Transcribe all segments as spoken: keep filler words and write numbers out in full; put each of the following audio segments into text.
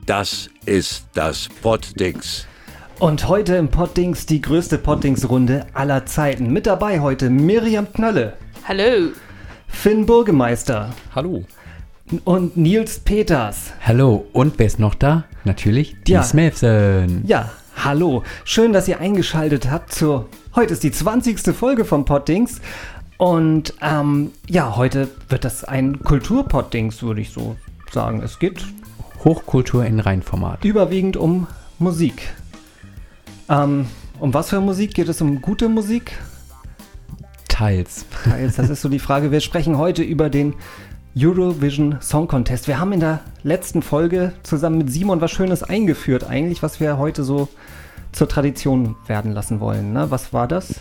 Das ist das Poddings. Und heute im Poddings die größte Poddings-Runde aller Zeiten. Mit dabei heute Miriam Knölle. Hallo. Finn Burgemeister. Hallo. Und Nils Peters. Hallo. Und wer ist noch da? Natürlich die Ja. Smithson. Ja, hallo. Schön, dass ihr eingeschaltet habt zur... Heute ist die zwanzigste Folge vom Poddings. Und ähm, ja, heute wird das ein Kulturpoddings, würde ich so sagen. Es geht Hochkultur in Reinformat. überwiegend um Musik. Ähm, um was für Musik? Geht es um gute Musik? Teils. Teils, das ist so die Frage. Wir sprechen heute über den Eurovision Song Contest. Wir haben in der letzten Folge zusammen mit Simon was Schönes eingeführt eigentlich, was wir heute so zur Tradition werden lassen wollen. Ne? Was war das?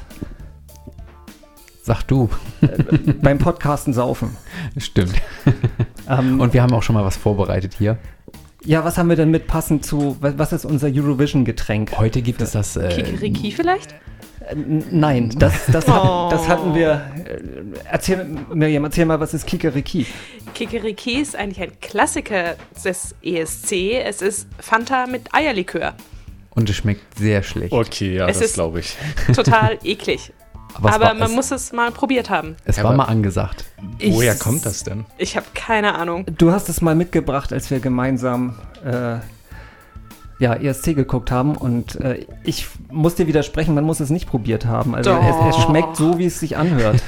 Sag du. Äh, beim Podcasten saufen. Stimmt. Ähm, Und wir haben auch schon mal was vorbereitet hier. ja, was haben wir denn mit passend zu, was was ist unser Eurovision-Getränk? Heute gibt es das... Äh, Kikeriki vielleicht? Äh, n- Nein, das, das, Oh. hat, das hatten wir. Äh, erzähl, Miriam, erzähl mal, was ist Kikeriki? Kikeriki ist eigentlich ein Klassiker des E S C. Es ist Fanta mit Eierlikör. Und es schmeckt sehr schlecht. Okay, ja, Es das ist- glaube ich. Total eklig. Aber, es Aber war, man es, muss es mal probiert haben. es war Aber- mal angesagt. Woher Ich- kommt das denn? Ich habe keine Ahnung. Du hast es mal mitgebracht, als wir gemeinsam äh, ja, E S C geguckt haben. Und äh, ich muss dir widersprechen, man muss es nicht probiert haben. Also es, es Doch. schmeckt so, wie es sich anhört.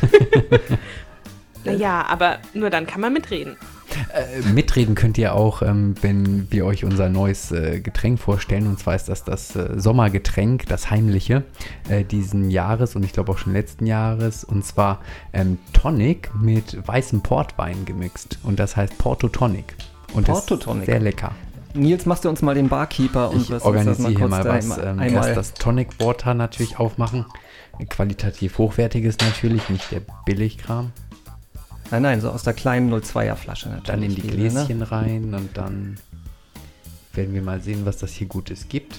Naja, aber nur dann kann man mitreden. Äh, mitreden könnt ihr auch, ähm, wenn wir euch unser neues äh, Getränk vorstellen. Und zwar ist das das äh, Sommergetränk, das heimliche äh, diesen Jahres und ich glaube auch schon letzten Jahres. Und zwar ähm, Tonic mit weißem Portwein gemixt. Und das heißt Porto Tonic. Und Porto ist Tonic. sehr lecker. Nils, machst du uns mal den Barkeeper und Ich wirst uns das organisiere hier mal da was. einmal- Ähm, einmal- erst das Tonic Water natürlich aufmachen. Qualitativ hochwertiges natürlich, nicht der Billigkram. Nein, nein, so aus der kleinen null zweier Flasche natürlich. Dann in die wieder, Gläschen Ne? rein und dann werden wir mal sehen, was das hier Gutes gibt.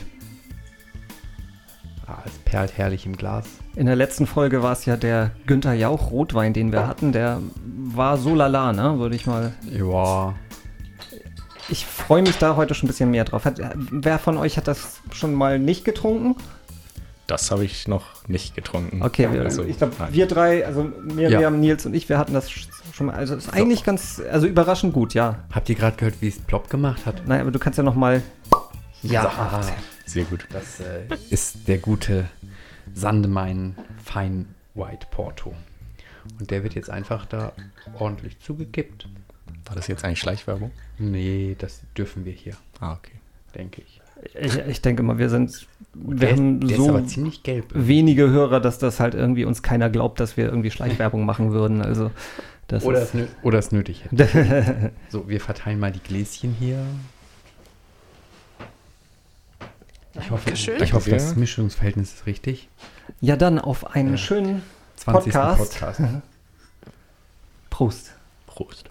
Ah, es perlt herrlich im Glas. In der letzten Folge war es ja der Günther Jauch Rotwein, den wir hatten. Der war so lala, ne? Würde ich mal. Ja, Ich freue mich da heute schon ein bisschen mehr drauf. Hat, wer von euch hat das schon mal nicht getrunken? Das habe ich noch nicht getrunken. Okay, wir, Also, ich glaube, nein. wir drei, also Miriam, Ja. Nils und ich, wir hatten das sch- schon mal. Also ist eigentlich ganz, also überraschend gut, ja. habt ihr gerade gehört, wie es plopp gemacht hat? Nein, aber du kannst ja noch mal. Ja, Ah, Sehr gut. das äh, ist der gute Sandemein Fine White Porto. Und der wird jetzt einfach da ordentlich zugekippt. War das jetzt eigentlich Schleichwerbung? Nee, das dürfen wir hier, Ah, okay. denke ich. ich, ich denke mal, wir sind, wir der, haben der so ist aber ziemlich gelb. wenige Hörer, dass das halt irgendwie uns keiner glaubt, dass wir irgendwie Schleichwerbung machen würden. Also das Oder ist, es, nö- oder es nötig hätte. So, wir verteilen mal die Gläschen hier. Ich hoffe, Dankeschön. ich hoffe Danke das sehr. Mischungsverhältnis ist richtig. ja, dann auf einen Ja. schönen zwanzigsten Podcast. Podcast. Prost. Prost.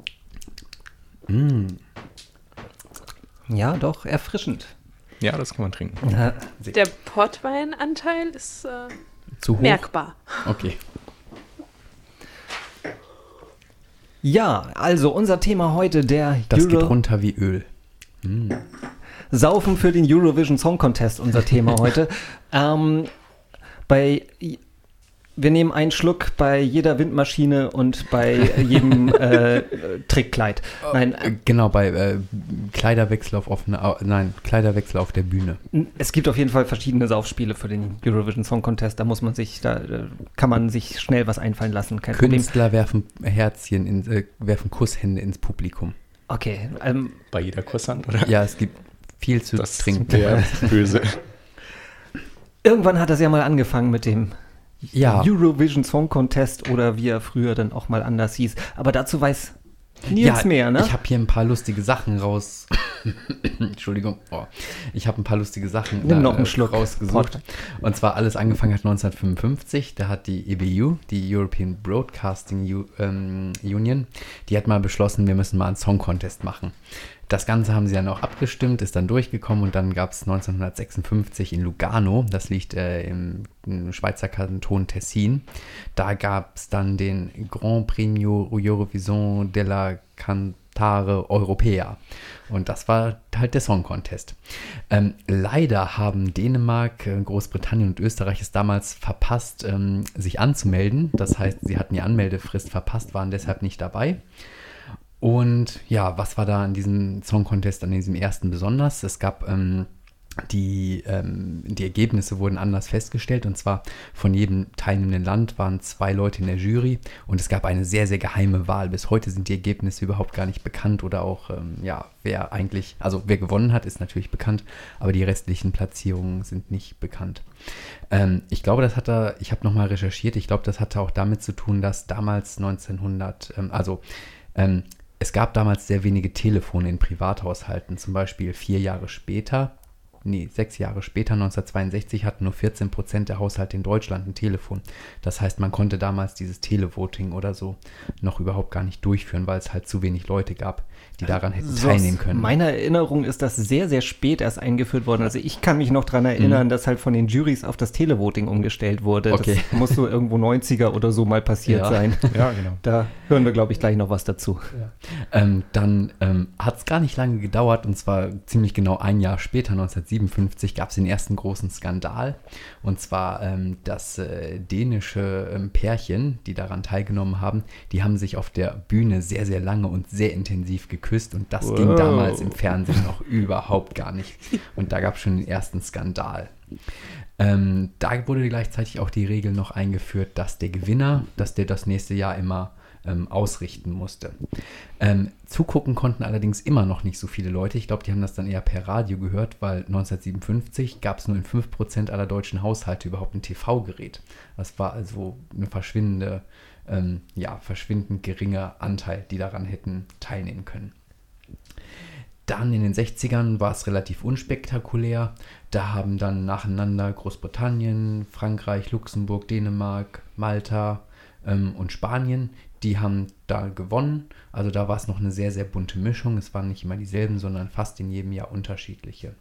Mm. Ja, doch, erfrischend. Ja, das kann man trinken. Ja, Der Portweinanteil ist äh, Zu hoch? merkbar. Okay. ja, also unser Thema heute, der Das geht Euro- runter wie Öl. Mm. Saufen für den Eurovision Song Contest, unser Thema heute. ähm, bei, wir nehmen einen Schluck bei jeder Windmaschine und bei jedem äh, Trickkleid. Nein, Äh, Genau, bei äh, Kleiderwechsel auf offener, au- nein, Kleiderwechsel auf der Bühne. es gibt auf jeden Fall verschiedene Saufspiele für den Eurovision Song Contest. Da muss man sich, da äh, kann man sich schnell was einfallen lassen. Kein Problem. Künstler werfen Herzchen, in, äh, werfen Kusshände ins Publikum. Okay, ähm, Bei jeder Kusshand, oder? Ja, es gibt viel zu Das trinken. wäre böse. irgendwann hat das ja mal angefangen mit dem Ja. Eurovision Song Contest oder wie er früher dann auch mal anders hieß. Aber dazu weiß Nils Ja, mehr, ne? Ich habe hier ein paar lustige Sachen raus. Entschuldigung. Oh. Ich habe ein paar lustige Sachen Nimm äh, noch einen Schluck. rausgesucht. Und zwar alles angefangen hat neunzehnhundertfünfundfünfzig. Da hat die E B U, die European Broadcasting U, ähm, Union, die hat mal beschlossen, wir müssen mal einen Song Contest machen. Das Ganze haben sie dann auch abgestimmt, ist dann durchgekommen und dann gab es neunzehnhundertsechsundfünfzig in Lugano, das liegt äh, im, im Schweizer Kanton Tessin, da gab es dann den Grand Premio Eurovision de la Can- Cantare Europea. Und das war halt der Song Contest. Ähm, leider haben Dänemark, Großbritannien und Österreich es damals verpasst, ähm, sich anzumelden. Das heißt, sie hatten die Anmeldefrist verpasst, waren deshalb nicht dabei. Und ja, was war da an diesem Song Contest, an diesem ersten besonders? Es gab ähm, die, ähm, die Ergebnisse wurden anders festgestellt, und zwar von jedem teilnehmenden Land waren zwei Leute in der Jury, und es gab eine sehr, sehr geheime Wahl. Bis heute sind die Ergebnisse überhaupt gar nicht bekannt, oder auch, ähm, ja, wer eigentlich, also wer gewonnen hat, ist natürlich bekannt, aber die restlichen Platzierungen sind nicht bekannt. Ähm, ich glaube, das hat da, ich habe nochmal recherchiert, ich glaube, das hatte auch damit zu tun, dass damals neunzehnhundert, ähm, also ähm, es gab damals sehr wenige Telefone in Privathaushalten, zum Beispiel vier Jahre später, nee, sechs Jahre später, neunzehnhundertzweiundsechzig, hatten nur vierzehn Prozent der Haushalte in Deutschland ein Telefon. Das heißt, man konnte damals dieses Televoting oder so noch überhaupt gar nicht durchführen, weil es halt zu wenig Leute gab, die daran hätten So teilnehmen aus können. meiner Erinnerung ist das sehr, sehr spät erst eingeführt worden. Also ich kann mich noch daran erinnern, Mhm. dass halt von den Juries auf das Televoting umgestellt wurde. Okay. Das muss so irgendwo neunziger oder so mal passiert Ja. sein. Ja, genau. Da hören wir, glaube ich, gleich noch was dazu. Ähm, dann ähm, hat es gar nicht lange gedauert, und zwar ziemlich genau ein Jahr später, neunzehnhundertsiebenundfünfzig, gab es den ersten großen Skandal. Und zwar ähm, das äh, dänische ähm, Pärchen, die daran teilgenommen haben, die haben sich auf der Bühne sehr, sehr lange und sehr intensiv geküsst, und das ging Wow. damals im Fernsehen noch überhaupt gar nicht. Und da gab es schon den ersten Skandal. Ähm, da wurde gleichzeitig auch die Regel noch eingeführt, dass der Gewinner, dass der das nächste Jahr immer ähm, ausrichten musste. Ähm, zugucken konnten allerdings immer noch nicht so viele Leute. Ich glaube, die haben das dann eher per Radio gehört, weil neunzehnhundertsiebenundfünfzig gab es nur in fünf Prozent aller deutschen Haushalte überhaupt ein T V-Gerät. Das war also eine verschwindende, ähm, ja, verschwindend geringer Anteil, die daran hätten teilnehmen können. Dann in den sechzigern war es relativ unspektakulär. Da haben dann nacheinander Großbritannien, Frankreich, Luxemburg, Dänemark, Malta ähm, und Spanien, die haben da gewonnen. Also da war es noch eine sehr, sehr bunte Mischung. Es waren nicht immer dieselben, sondern fast in jedem Jahr unterschiedliche.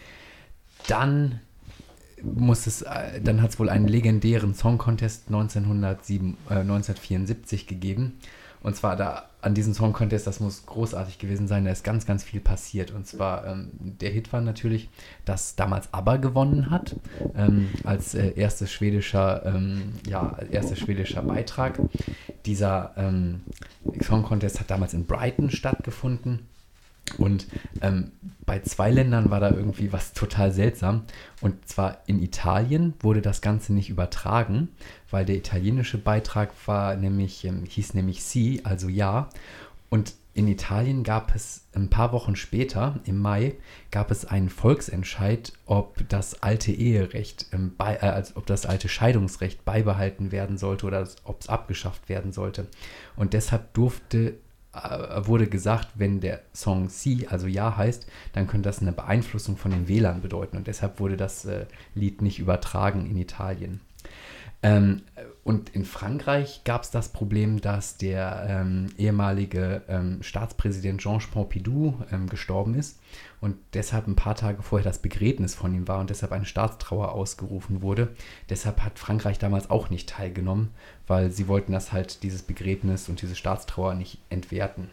Dann muss es, äh, dann hat es wohl einen legendären Song Contest neunzehnhundertsieben, äh, neunzehnhundertvierundsiebzig gegeben. Und zwar da an diesem Song Contest, das muss großartig gewesen sein, da ist ganz, ganz viel passiert. Und zwar, ähm, der Hit war natürlich, dass damals ABBA gewonnen hat, ähm, als äh, erstes schwedischer, ähm, ja, erstes schwedischer Beitrag. Dieser ähm, Song Contest hat damals in Brighton stattgefunden. Und ähm, bei zwei Ländern war da irgendwie was total seltsam. Und zwar in Italien wurde das Ganze nicht übertragen, weil der italienische Beitrag war nämlich, ähm, hieß nämlich Sì, also ja. Und in Italien gab es ein paar Wochen später, im Mai, gab es einen Volksentscheid, ob das alte Eherecht, ähm, bei, äh, also ob das alte Scheidungsrecht beibehalten werden sollte oder ob es abgeschafft werden sollte. Und deshalb durfte wurde gesagt, wenn der Song Sì, also Ja heißt, dann könnte das eine Beeinflussung von den Wählern bedeuten, und deshalb wurde das äh, Lied nicht übertragen in Italien. Ähm, und in Frankreich gab es das Problem, dass der ähm, ehemalige ähm, Staatspräsident Georges Pompidou ähm, gestorben ist und deshalb ein paar Tage vorher das Begräbnis von ihm war und deshalb eine Staatstrauer ausgerufen wurde. Deshalb hat Frankreich damals auch nicht teilgenommen, weil sie wollten das halt, dieses Begräbnis und diese Staatstrauer nicht entwerten.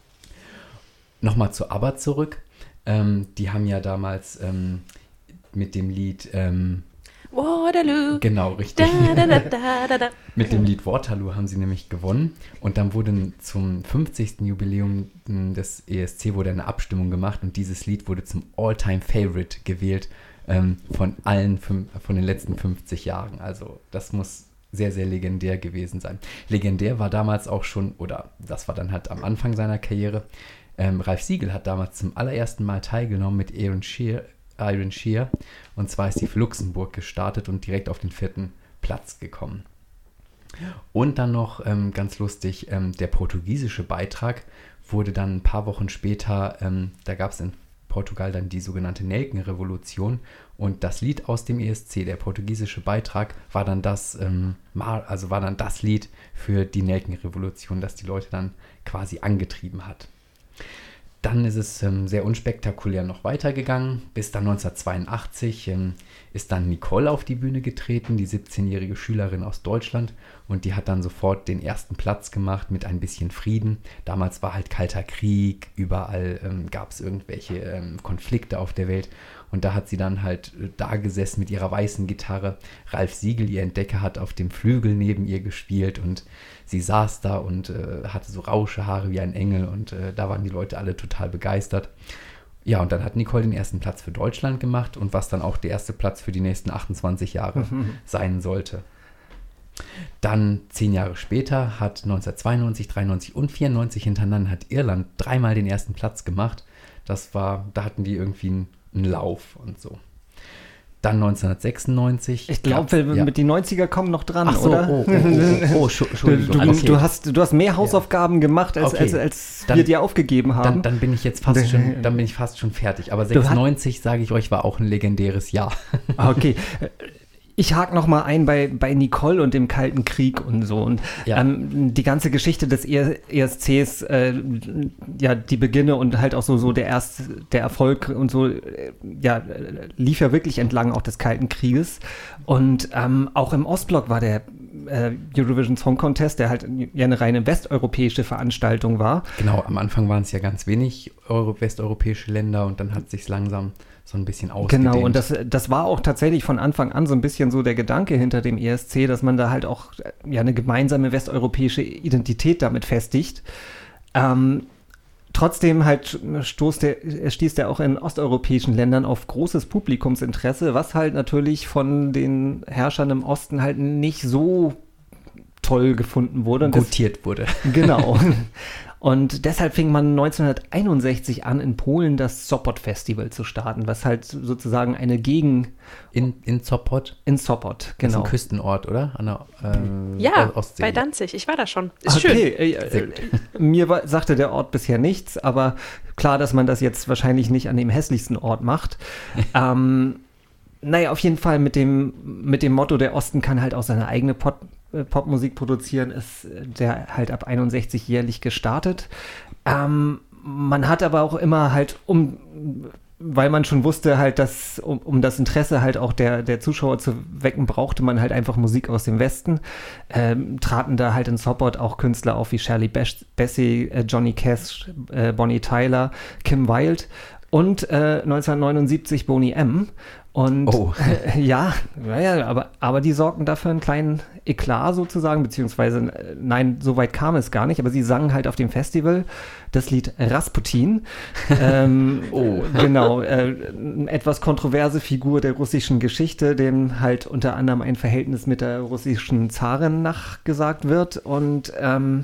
Nochmal zu ABBA zurück. Ähm, die haben ja damals ähm, mit dem Lied ähm, Waterloo. Genau, richtig. Da, da, da, da, da, da. Mit dem Lied Waterloo haben sie nämlich gewonnen, und dann wurde zum fünfzigsten Jubiläum des E S C wurde eine Abstimmung gemacht, und dieses Lied wurde zum All-Time-Favorite gewählt ähm, von allen fünf, von den letzten fünfzig Jahren. Also das muss sehr, sehr legendär gewesen sein. Legendär war damals auch schon, oder das war dann halt am Anfang seiner Karriere, ähm, Ralf Siegel hat damals zum allerersten Mal teilgenommen mit Iron Shear, Iron Shear, und zwar ist sie für Luxemburg gestartet und direkt auf den vierten Platz gekommen. Und dann noch ähm, ganz lustig, ähm, der portugiesische Beitrag wurde dann ein paar Wochen später, ähm, da gab es in Portugal dann die sogenannte Nelkenrevolution, und das Lied aus dem E S C, der portugiesische Beitrag, war dann das, ähm, also war dann das Lied für die Nelkenrevolution, das die Leute dann quasi angetrieben hat. Dann ist es ähm, sehr unspektakulär noch weitergegangen, bis dann neunzehnhundertzweiundachtzig ähm, ist dann Nicole auf die Bühne getreten, die siebzehnjährige Schülerin aus Deutschland, und die hat dann sofort den ersten Platz gemacht mit Ein bisschen Frieden. Damals war halt Kalter Krieg, überall ähm, gab es irgendwelche ähm, Konflikte auf der Welt, und da hat sie dann halt äh, da gesessen mit ihrer weißen Gitarre. Ralf Siegel, ihr Entdecker, hat auf dem Flügel neben ihr gespielt, und sie saß da und äh, hatte so Rauschehaare wie ein Engel, und äh, da waren die Leute alle total begeistert. Ja, und dann hat Nicole den ersten Platz für Deutschland gemacht, und was dann auch der erste Platz für die nächsten achtundzwanzig Jahre mhm. sein sollte. Dann zehn Jahre später hat neunzehnhundertzweiundneunzig, dreiundneunzig und vierundneunzig hintereinander hat Irland dreimal den ersten Platz gemacht. Das war, da hatten die irgendwie einen, einen Lauf und so. Dann neunzehnhundertsechsundneunzig. Ich glaube, ja. mit die neunziger kommen noch dran, Ach so, oder? Oh, oh, oh, oh, oh Entschuldigung. Du, Okay. du, hast, du hast mehr Hausaufgaben ja. gemacht, als, okay. als, als dann, wir dir aufgegeben haben. Dann, dann bin ich jetzt fast schon, dann bin ich fast schon fertig. Aber sechsundneunzig, sage ich euch, war auch ein legendäres Jahr. Okay. Ich hake noch mal ein bei, bei Nicole und dem Kalten Krieg und so. Und ja. ähm, die ganze Geschichte des E S Cs, äh, ja, die Beginne und halt auch so, so der erste, der Erfolg und so, äh, ja, lief ja wirklich entlang auch des Kalten Krieges. Und ähm, auch im Ostblock war der äh, Eurovision Song Contest, der halt ja eine reine westeuropäische Veranstaltung war. Genau, am Anfang waren es ja ganz wenig Euro- westeuropäische Länder, und dann hat es sich langsam so ein bisschen ausgedehnt. Genau, und das, das war auch tatsächlich von Anfang an so ein bisschen so der Gedanke hinter dem E S C, dass man da halt auch ja eine gemeinsame westeuropäische Identität damit festigt. Ähm, trotzdem halt stoßt der, stieß der auch in osteuropäischen Ländern auf großes Publikumsinteresse, was halt natürlich von den Herrschern im Osten halt nicht so toll gefunden wurde. Und gutiert wurde. Genau. Und deshalb fing man neunzehnhunderteinundsechzig an, in Polen das Sopot-Festival zu starten, was halt sozusagen eine Gegen... In, in Sopot? In Sopot, genau. Das ist ein Küstenort, oder? An der äh, ja, Ostsee. bei Danzig. Ich war da schon. Ist okay, schön. Äh, mir war, sagte der Ort bisher nichts, aber klar, dass man das jetzt wahrscheinlich nicht an dem hässlichsten Ort macht. ähm, naja, auf jeden Fall mit dem, mit dem Motto, der Osten kann halt auch seine eigene Pop, äh, Popmusik produzieren, ist der halt ab einundsechzig jährlich gestartet. Ähm, man hat aber auch immer halt, um, weil man schon wusste halt, dass, um, um das Interesse halt auch der, der Zuschauer zu wecken, brauchte man halt einfach Musik aus dem Westen. Ähm, traten da halt in Sopot auch Künstler auf wie Shirley Bassey, äh, Johnny Cash, äh, Bonnie Tyler, Kim Wilde und äh, neunzehnhundertneunundsiebzig Boney M. Und oh. äh, ja, ja, aber, aber die sorgten dafür einen kleinen Eklat sozusagen, beziehungsweise äh, nein, so weit kam es gar nicht, aber sie sangen halt auf dem Festival das Lied Rasputin. ähm, oh. Genau, äh, eine etwas kontroverse Figur der russischen Geschichte, dem halt unter anderem ein Verhältnis mit der russischen Zarin nachgesagt wird. Und ähm,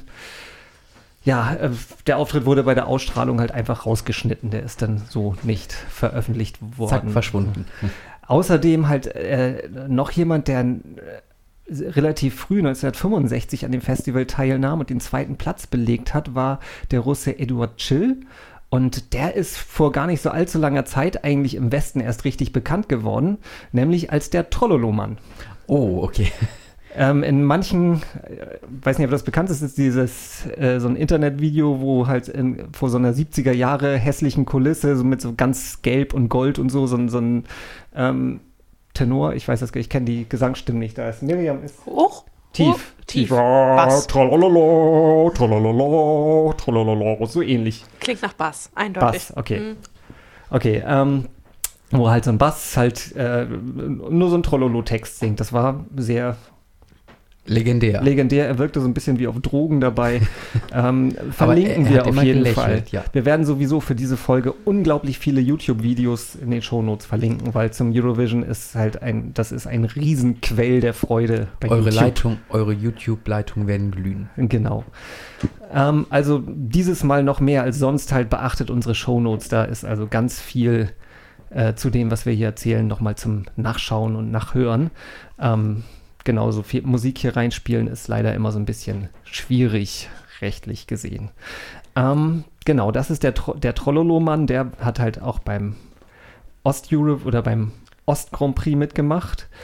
ja, äh, der Auftritt wurde bei der Ausstrahlung halt einfach rausgeschnitten. Der ist dann so nicht veröffentlicht worden. Zack, verschwunden. Außerdem halt äh, noch jemand, der äh, relativ früh neunzehnhundertfünfundsechzig an dem Festival teilnahm und den zweiten Platz belegt hat, war der Russe Eduard Chill. Und der ist vor gar nicht so allzu langer Zeit eigentlich im Westen erst richtig bekannt geworden, nämlich als der Trollolo-Mann. Oh, okay. Ähm, in manchen, äh, weiß nicht, ob das bekannt ist, ist dieses äh, so ein Internetvideo, wo halt in, vor so einer siebziger Jahre hässlichen Kulisse, so mit so ganz gelb und gold und so, so, so ein ähm, Tenor, ich weiß das, ich kenne die Gesangsstimmen nicht, da ist Miriam ist Hoch, tief, hoch, tief, Bass. Tralalala, tralalala, tralalala, so ähnlich. Klingt nach Bass, eindeutig. Bass, okay. Mhm. Okay, ähm, wo halt so ein Bass halt äh, nur so ein Trollolo-Text singt, das war sehr legendär. Legendär, er wirkte so ein bisschen wie auf Drogen dabei. ähm, verlinken er, er wir auf jeden gelächelt, Fall. Ja. Wir werden sowieso für diese Folge unglaublich viele YouTube-Videos in den Shownotes verlinken, weil zum Eurovision ist halt ein, das ist ein Riesenquell der Freude bei eure YouTube. Leitung, eure YouTube-Leitungen werden glühen. Genau. Ähm, also dieses Mal noch mehr als sonst halt beachtet unsere Shownotes. Da ist also ganz viel äh, zu dem, was wir hier erzählen, nochmal zum Nachschauen und Nachhören. Ähm, Genau, so viel Musik hier reinspielen ist leider immer so ein bisschen schwierig, rechtlich gesehen. Ähm, genau, das ist der, Tro- der Trollolo-Mann, der hat halt auch beim Ost-Europe oder beim Ost-Grand Prix mitgemacht.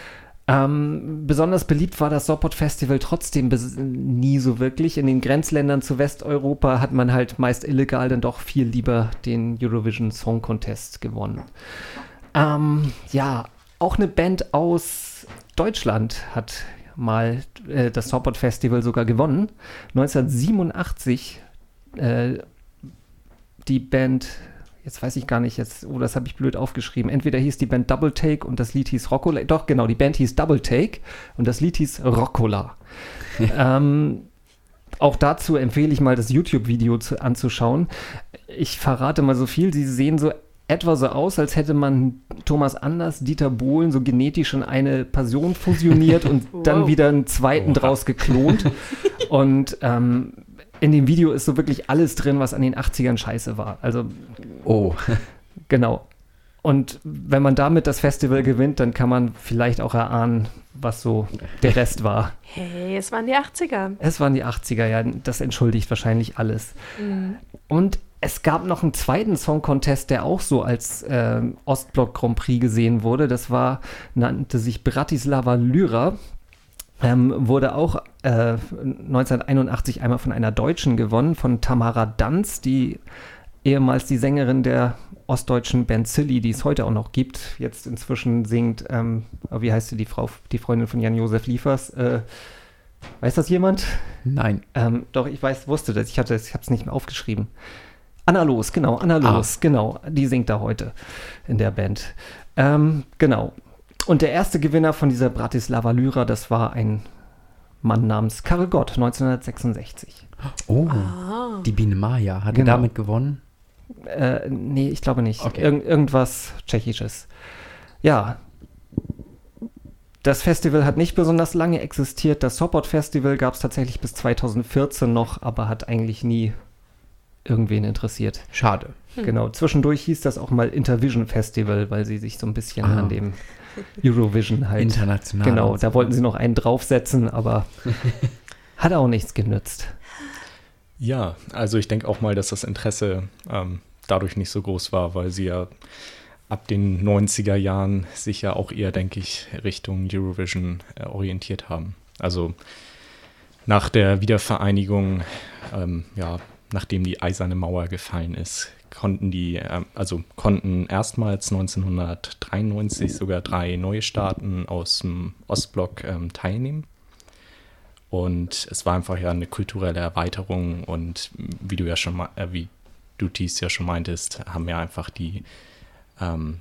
Ähm, besonders beliebt war das Sopot-Festival trotzdem bis, nie so wirklich. In den Grenzländern zu Westeuropa hat man halt meist illegal dann doch viel lieber den Eurovision Song Contest gewonnen. Ähm, ja, auch eine Band aus Deutschland hat mal äh, das Sopot-Festival sogar gewonnen. neunzehnhundertsiebenundachtzig äh, die Band... Jetzt weiß ich gar nicht, jetzt, oh, das habe ich blöd aufgeschrieben. Entweder hieß die Band Double Take und das Lied hieß Rockola. Doch, genau, die Band hieß Double Take und das Lied hieß Rockola. ähm, auch dazu empfehle ich mal, das YouTube-Video zu, anzuschauen. Ich verrate mal so viel, sie sehen so etwa so aus, als hätte man Thomas Anders, Dieter Bohlen so genetisch in eine Person fusioniert und wow. dann wieder einen zweiten oh. draus geklont. Und ähm, in dem Video ist so wirklich alles drin, was an den achtzigern scheiße war. Also, oh. Genau. Und wenn man damit das Festival gewinnt, dann kann man vielleicht auch erahnen, was so der Rest war. Hey, es waren die achtziger. Es waren die achtziger, ja. Das entschuldigt wahrscheinlich alles. Mhm. Und es gab noch einen zweiten Song-Contest, der auch so als äh, Ostblock-Grand Prix gesehen wurde. Das war, nannte sich Bratislava Lyra. Ähm, wurde auch äh, neunzehnhunderteinundachtzig einmal von einer Deutschen gewonnen, von Tamara Danz, die ehemals die Sängerin der ostdeutschen Band Silly, die es heute auch noch gibt, jetzt inzwischen singt, ähm, wie heißt sie, die Frau, die Freundin von Jan-Josef Liefers, äh, weiß das jemand? Nein. Ähm, doch, ich weiß, wusste das, ich hatte es, ich habe es nicht mehr aufgeschrieben. Anna Los, genau, Anna Los, ah. genau, die singt da heute in der Band. Ähm, genau. Und der erste Gewinner von dieser Bratislava Lyra, das war ein Mann namens Karel Gott, neunzehnhundertsechsundsechzig. Oh, ah. Die Biene Maya, hat genau. er damit gewonnen? Äh, nee, ich glaube nicht. Okay. Ir- irgendwas Tschechisches. Ja. Das Festival hat nicht besonders lange existiert. Das Sopot-Festival gab es tatsächlich bis zweitausendvierzehn noch, aber hat eigentlich nie irgendwen interessiert. Schade. Hm. Genau. Zwischendurch hieß das auch mal Intervision Festival, weil sie sich so ein bisschen ah. an dem Eurovision halt... International. Genau, da wollten sie noch einen draufsetzen, aber hat auch nichts genützt. Ja, also ich denke auch mal, dass das Interesse ähm, dadurch nicht so groß war, weil sie ja ab den neunziger Jahren sich ja auch eher, denke ich, Richtung Eurovision äh, orientiert haben. Also nach der Wiedervereinigung, ähm, ja, nachdem die Eiserne Mauer gefallen ist, konnten die, äh, also konnten erstmals neunzehnhundertdreiundneunzig sogar drei neue Staaten aus dem Ostblock ähm, teilnehmen. Und es war einfach ja eine kulturelle Erweiterung und wie du ja schon mal, äh, wie du dies ja schon meintest, haben ja einfach die ähm,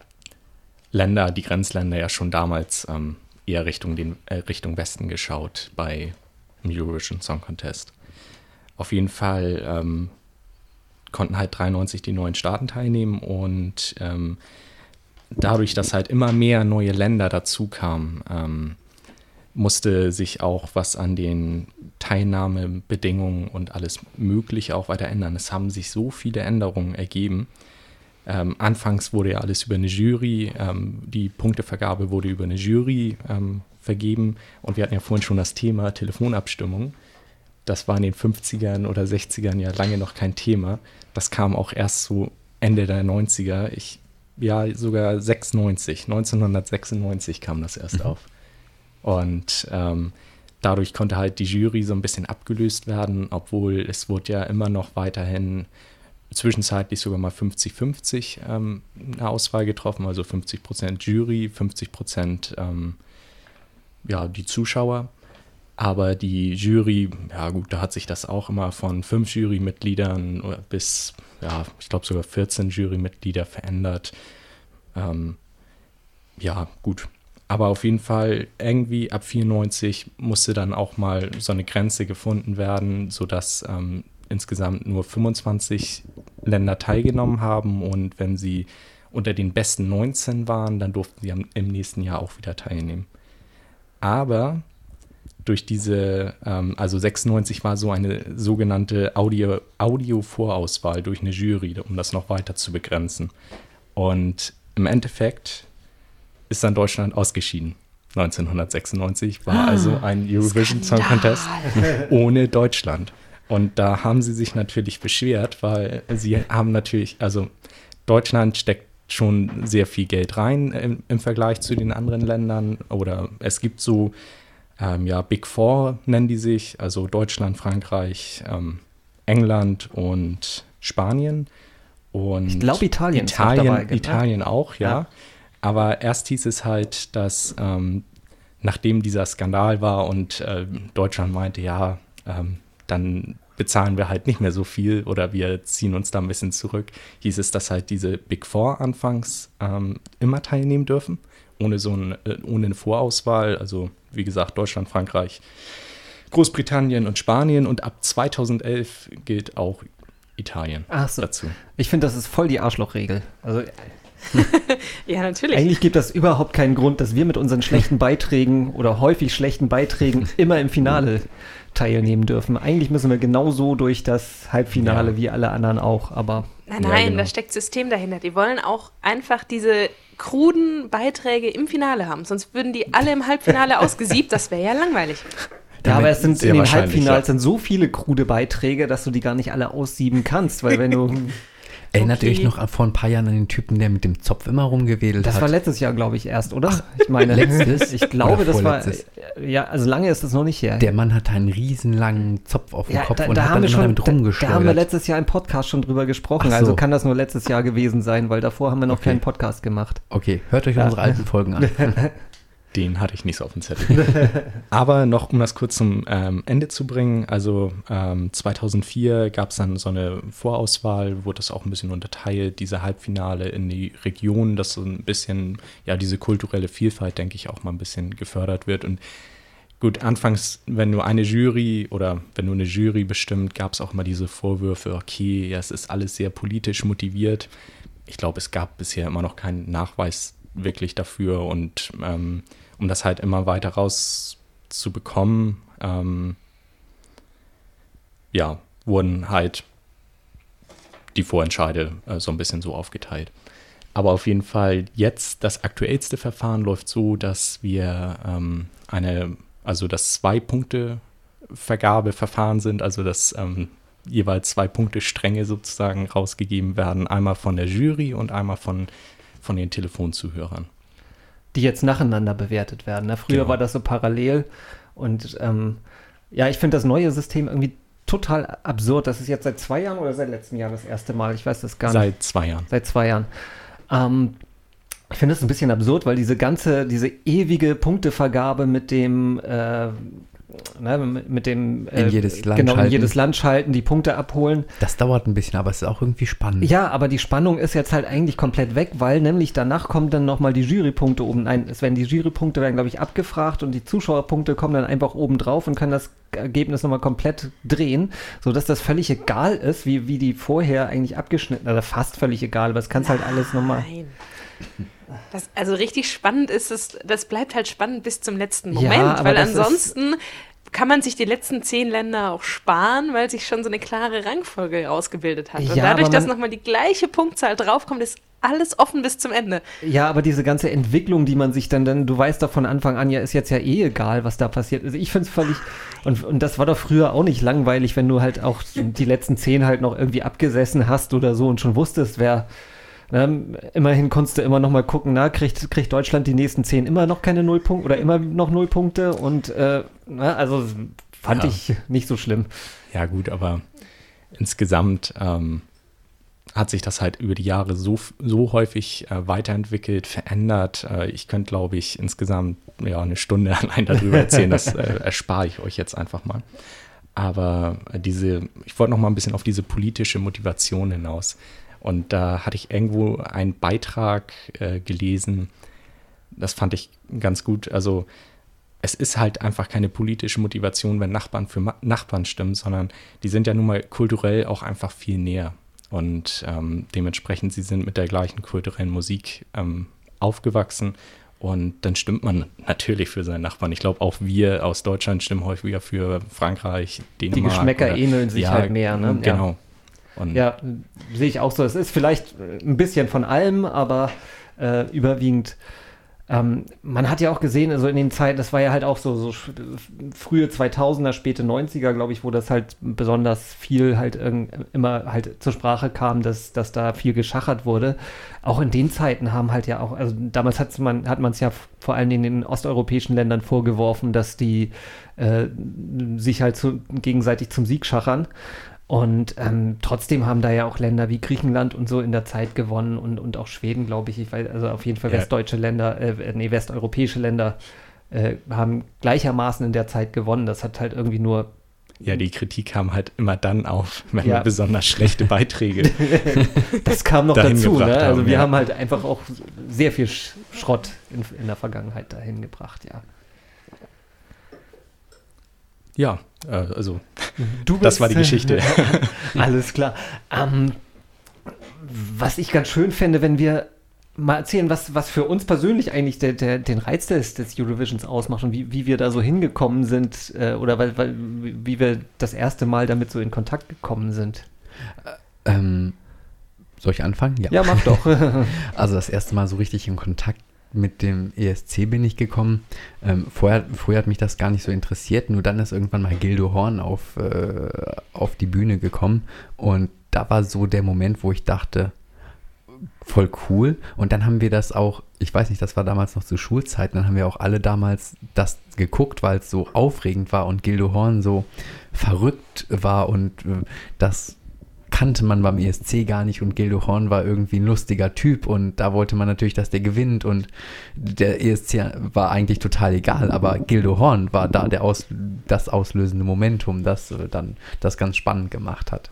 Länder, die Grenzländer ja schon damals ähm, eher Richtung den äh, Richtung Westen geschaut bei dem Eurovision Song Contest. Auf jeden Fall ähm, konnten halt dreiundneunzig die neuen Staaten teilnehmen und ähm, dadurch, dass halt immer mehr neue Länder dazu kamen, ähm, musste sich auch was an den Teilnahmebedingungen und alles Mögliche auch weiter ändern. Es haben sich so viele Änderungen ergeben. Ähm, anfangs wurde ja alles über eine Jury, ähm, die Punktevergabe wurde über eine Jury ähm, vergeben und wir hatten ja vorhin schon das Thema Telefonabstimmung. Das war in den fünfzigern oder sechzigern ja lange noch kein Thema. Das kam auch erst so Ende der neunziger, ich, ja sogar sechsundneunzig, neunzehnhundertsechsundneunzig kam das erst auf. Und ähm, dadurch konnte halt die Jury so ein bisschen abgelöst werden, obwohl es wurde ja immer noch weiterhin zwischenzeitlich sogar mal fünfzig fünfzig ähm, eine Auswahl getroffen, also fünfzig Prozent Jury, fünfzig Prozent ähm, ja, die Zuschauer. Aber die Jury, ja gut, da hat sich das auch immer von fünf Jurymitgliedern bis, ja, ich glaube sogar vierzehn Jurymitglieder verändert. Ähm, ja, gut. Aber auf jeden Fall irgendwie ab vierundneunzig musste dann auch mal so eine Grenze gefunden werden, sodass ähm, insgesamt nur fünfundzwanzig Länder teilgenommen haben. Und wenn sie unter den besten neunzehn waren, dann durften sie am, im nächsten Jahr auch wieder teilnehmen. Aber durch diese, ähm, also sechsundneunzig war so eine sogenannte Audio, Audio-Vorauswahl durch eine Jury, um das noch weiter zu begrenzen. Und im Endeffekt ist dann Deutschland ausgeschieden. neunzehnhundertsechsundneunzig war ah, also ein Eurovision Song Contest ohne Deutschland. Und da haben sie sich natürlich beschwert, weil sie haben natürlich, also Deutschland steckt schon sehr viel Geld rein im, im Vergleich zu den anderen Ländern. Oder es gibt so, ähm, ja, Big Four nennen die sich, also Deutschland, Frankreich, ähm, England und Spanien. Und ich glaube, Italien ist Italien, auch dabei. Italien auch, ja. Ja. Aber erst hieß es halt, dass ähm, nachdem dieser Skandal war und äh, Deutschland meinte, ja, ähm, dann bezahlen wir halt nicht mehr so viel oder wir ziehen uns da ein bisschen zurück, hieß es, dass halt diese Big Four anfangs ähm, immer teilnehmen dürfen, ohne so ein, äh, ohne eine Vorauswahl. Also wie gesagt, Deutschland, Frankreich, Großbritannien und Spanien, und ab zweitausendelf gilt auch Italien Ach so. dazu. Ich finde, das ist voll die Arschlochregel. Also Ja, natürlich. eigentlich gibt das überhaupt keinen Grund, dass wir mit unseren schlechten Beiträgen oder häufig schlechten Beiträgen immer im Finale teilnehmen dürfen. Eigentlich müssen wir genauso durch das Halbfinale Ja. wie alle anderen auch, aber Nein, Ja, nein, genau. da steckt System dahinter. Die wollen auch einfach diese kruden Beiträge im Finale haben. Sonst würden die alle im Halbfinale ausgesiebt. Das wäre ja langweilig. ja, aber es sind sehr in den wahrscheinlich, Halbfinals ja. sind so viele krude Beiträge, dass du die gar nicht alle aussieben kannst, weil wenn du Erinnert ihr Okay. euch noch vor ein paar Jahren an den Typen, der mit dem Zopf immer rumgewedelt das hat? war letztes Jahr, glaube ich, erst, oder? Ich meine, letztes? ich glaube, Oder das war vorletztes? ja, also lange ist das noch nicht her. Der Mann hatte einen riesenlangen Zopf auf dem Ja, Kopf da, und da hat haben dann wir immer schon, damit da, rumgeschleudert. da haben wir letztes Jahr im Podcast schon drüber gesprochen, Ach so. also kann das nur letztes Jahr gewesen sein, weil davor haben wir noch Okay. keinen Podcast gemacht. Okay, hört euch Ja. unsere alten Folgen an. Den hatte ich nicht so auf dem Zettel. Aber noch, um das kurz zum ähm, Ende zu bringen, also ähm, zweitausendvier gab es dann so eine Vorauswahl, wurde das auch ein bisschen unterteilt, diese Halbfinale in die Regionen, dass so ein bisschen, ja, diese kulturelle Vielfalt, denke ich, auch mal ein bisschen gefördert wird. Und gut, anfangs, wenn nur eine Jury oder wenn nur eine Jury bestimmt, gab es auch immer diese Vorwürfe, okay, ja, es ist alles sehr politisch motiviert. Ich glaube, es gab bisher immer noch keinen Nachweis wirklich dafür, und ähm, um das halt immer weiter rauszubekommen, ähm, ja, wurden halt die Vorentscheide äh, so ein bisschen so aufgeteilt. Aber auf jeden Fall jetzt, das aktuellste Verfahren läuft so, dass wir ähm, eine, also das Zwei-Punkte-Vergabeverfahren sind, also dass ähm, jeweils zwei Punkte Stränge sozusagen rausgegeben werden, einmal von der Jury und einmal von, von den Telefonzuhörern. Die jetzt nacheinander bewertet werden. Ne? Früher Genau. war das so parallel und ähm, ja, ich finde das neue System irgendwie total absurd. Das ist jetzt seit zwei Jahren oder seit letztem Jahr das erste Mal, ich weiß das gar nicht. Seit zwei Jahren. Seit zwei Jahren. Ähm, ich finde das ein bisschen absurd, weil diese ganze, diese ewige Punktevergabe mit dem, äh, ne, mit, mit dem In jedes Land genau, in schalten. jedes Land schalten, die Punkte abholen. Das dauert ein bisschen, aber es ist auch irgendwie spannend. Ja, aber die Spannung ist jetzt halt eigentlich komplett weg, weil nämlich danach kommen dann nochmal die Jurypunkte oben. Nein, es werden die Jurypunkte werden, glaube ich, abgefragt und die Zuschauerpunkte kommen dann einfach oben drauf und können das Ergebnis nochmal komplett drehen, sodass das völlig egal ist, wie, wie die vorher eigentlich abgeschnitten, oder fast völlig egal, aber es kann halt alles nochmal. Nein. Das, also richtig spannend ist es, das bleibt halt spannend bis zum letzten Ja, Moment, aber weil das ist- ansonsten kann man sich die letzten zehn Länder auch sparen, weil sich schon so eine klare Rangfolge ausgebildet hat. Und Ja, dadurch, aber dass man- nochmal die gleiche Punktzahl draufkommt, ist alles offen bis zum Ende. Ja, aber diese ganze Entwicklung, die man sich dann, dann, du weißt doch von Anfang an, ja, ist jetzt ja eh egal, was da passiert. Also ich finde es völlig, und, und das war doch früher auch nicht langweilig, wenn du halt auch die letzten zehn halt noch irgendwie abgesessen hast oder so und schon wusstest, wer, ne, immerhin konntest du immer noch mal gucken, na, kriegt, kriegt Deutschland die nächsten zehn immer noch keine Nullpunkte oder immer noch Nullpunkte und, äh, na, also fand Ja. ich nicht so schlimm. Ja gut, aber insgesamt ähm, hat sich das halt über die Jahre so, so häufig äh, weiterentwickelt, verändert. Äh, ich könnte, glaube ich, insgesamt ja, eine Stunde allein darüber erzählen. Das äh, erspare ich euch jetzt einfach mal. Aber äh, diese, ich wollte noch mal ein bisschen auf diese politische Motivation hinaus. Und da hatte ich irgendwo einen Beitrag äh, gelesen, das fand ich ganz gut. Also es ist halt einfach keine politische Motivation, wenn Nachbarn für Ma- Nachbarn stimmen, sondern die sind ja nun mal kulturell auch einfach viel näher. Und ähm, dementsprechend, sie sind mit der gleichen kulturellen Musik ähm, aufgewachsen. Und dann stimmt man natürlich für seinen Nachbarn. Ich glaube, auch wir aus Deutschland stimmen häufiger für Frankreich, Dänemark. Die Geschmäcker oder- ähneln sich ja, halt mehr, ne? Ja. Genau. Und Ja, sehe ich auch so. Es ist vielleicht ein bisschen von allem, aber äh, überwiegend ähm, man hat ja auch gesehen, also in den Zeiten, das war ja halt auch so, so frühe zweitausender, späte neunziger, glaube ich, wo das halt besonders viel halt irgend, immer halt zur Sprache kam, dass, dass da viel geschachert wurde. Auch in den Zeiten haben halt ja auch, also damals hat's man, hat man es ja vor allem in den osteuropäischen Ländern vorgeworfen, dass die äh, sich halt zu, gegenseitig zum Sieg schachern. Und ähm, trotzdem haben da ja auch Länder wie Griechenland und so in der Zeit gewonnen und, und auch Schweden, glaube ich. Ich weiß, also auf jeden Fall ja. westdeutsche Länder, äh, nee, westeuropäische Länder äh, haben gleichermaßen in der Zeit gewonnen. Das hat halt irgendwie nur. Ja, die Kritik kam halt immer dann auf, wenn Ja. wir besonders schlechte Beiträge. Das kam noch dahin dazu, gebracht ne? Also haben, wir ja. haben halt einfach auch sehr viel Sch- Schrott in, in der Vergangenheit dahin gebracht, ja. Ja, äh, also Du das war die Geschichte. Alles klar. Ähm, was ich ganz schön fände, wenn wir mal erzählen, was, was für uns persönlich eigentlich der, der, den Reiz des, des Eurovisions ausmacht und wie, wie wir da so hingekommen sind äh, oder weil, weil, wie wir das erste Mal damit so in Kontakt gekommen sind. Ähm, soll ich anfangen? Ja, mach doch. Also das erste Mal so richtig in Kontakt mit dem E S C bin ich gekommen. Ähm, vorher, vorher hat mich das gar nicht so interessiert, nur dann ist irgendwann mal Gildo Horn auf, äh, auf die Bühne gekommen und da war so der Moment, wo ich dachte, voll cool. Und dann haben wir das auch, ich weiß nicht, das war damals noch zu Schulzeiten, dann haben wir auch alle damals das geguckt, weil es so aufregend war und Gildo Horn so verrückt war und äh, das kannte man beim E S C gar nicht und Gildo Horn war irgendwie ein lustiger Typ und da wollte man natürlich, dass der gewinnt und der E S C war eigentlich total egal, aber Gildo Horn war da der Aus, das auslösende Momentum, das äh, dann das ganz spannend gemacht hat.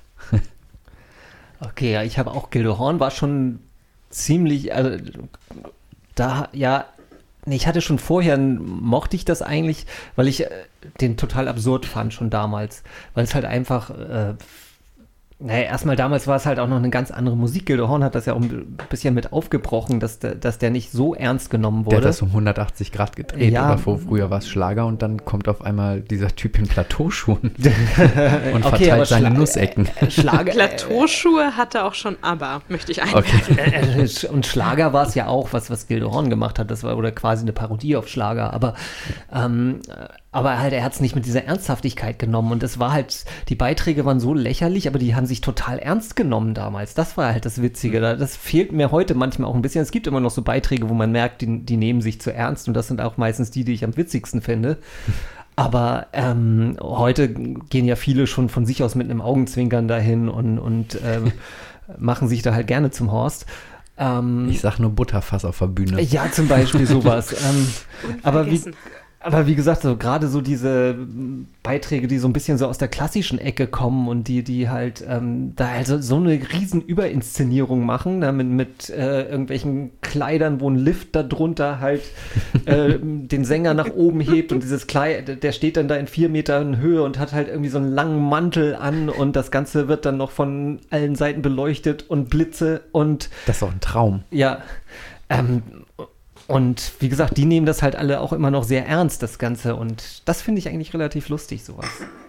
Okay, ja, ich habe auch Gildo Horn war schon ziemlich, also da, ja, nee, ich hatte schon vorher, mochte ich das eigentlich, weil ich äh, den total absurd fand schon damals, weil es halt einfach, äh, naja, erstmal damals war es halt auch noch eine ganz andere Musik. Gildo Horn hat das ja auch ein bisschen mit aufgebrochen, dass der, dass der nicht so ernst genommen wurde. Der hat das um hundertachtzig Grad gedreht, Ja. oder vor, früher war es Schlager und dann kommt auf einmal dieser Typ in Plateauschuhen und Okay, verteilt aber seine Schla- Nussecken. äh, Schlager, Plateauschuhe hatte auch schon ABBA, möchte ich einwerfen. Okay. Äh, äh, und Schlager war es ja auch, was, was Gildo Horn gemacht hat. Das war oder quasi eine Parodie auf Schlager. Aber, ähm, aber halt, er hat es nicht mit dieser Ernsthaftigkeit genommen. Und es war halt, die Beiträge waren so lächerlich, aber die haben sich total ernst genommen damals. Das war halt das Witzige. Da- Das fehlt mir heute manchmal auch ein bisschen. Es gibt immer noch so Beiträge, wo man merkt, die, die nehmen sich zu ernst. Und das sind auch meistens die, die ich am witzigsten finde. Aber ähm, heute gehen ja viele schon von sich aus mit einem Augenzwinkern dahin und, und ähm, machen sich da halt gerne zum Horst. Ähm, Ich sag nur Butterfass auf der Bühne. ja, zum Beispiel sowas. ähm, aber, wie, Vergessen. aber wie gesagt, so gerade so diese m, Beiträge, die so ein bisschen so aus der klassischen Ecke kommen und die, die halt ähm, da also so eine riesen Überinszenierung machen, ne, mit, mit äh, irgendwelchen Kleidern, wo ein Lift darunter halt äh, den Sänger nach oben hebt und dieses Kleid, der steht dann da in vier Metern Höhe und hat halt irgendwie so einen langen Mantel an und das Ganze wird dann noch von allen Seiten beleuchtet und Blitze und Das ist doch ein Traum. ja, ähm, und wie gesagt, die nehmen das halt alle auch immer noch sehr ernst, das Ganze. Und das finde ich eigentlich relativ lustig, sowas.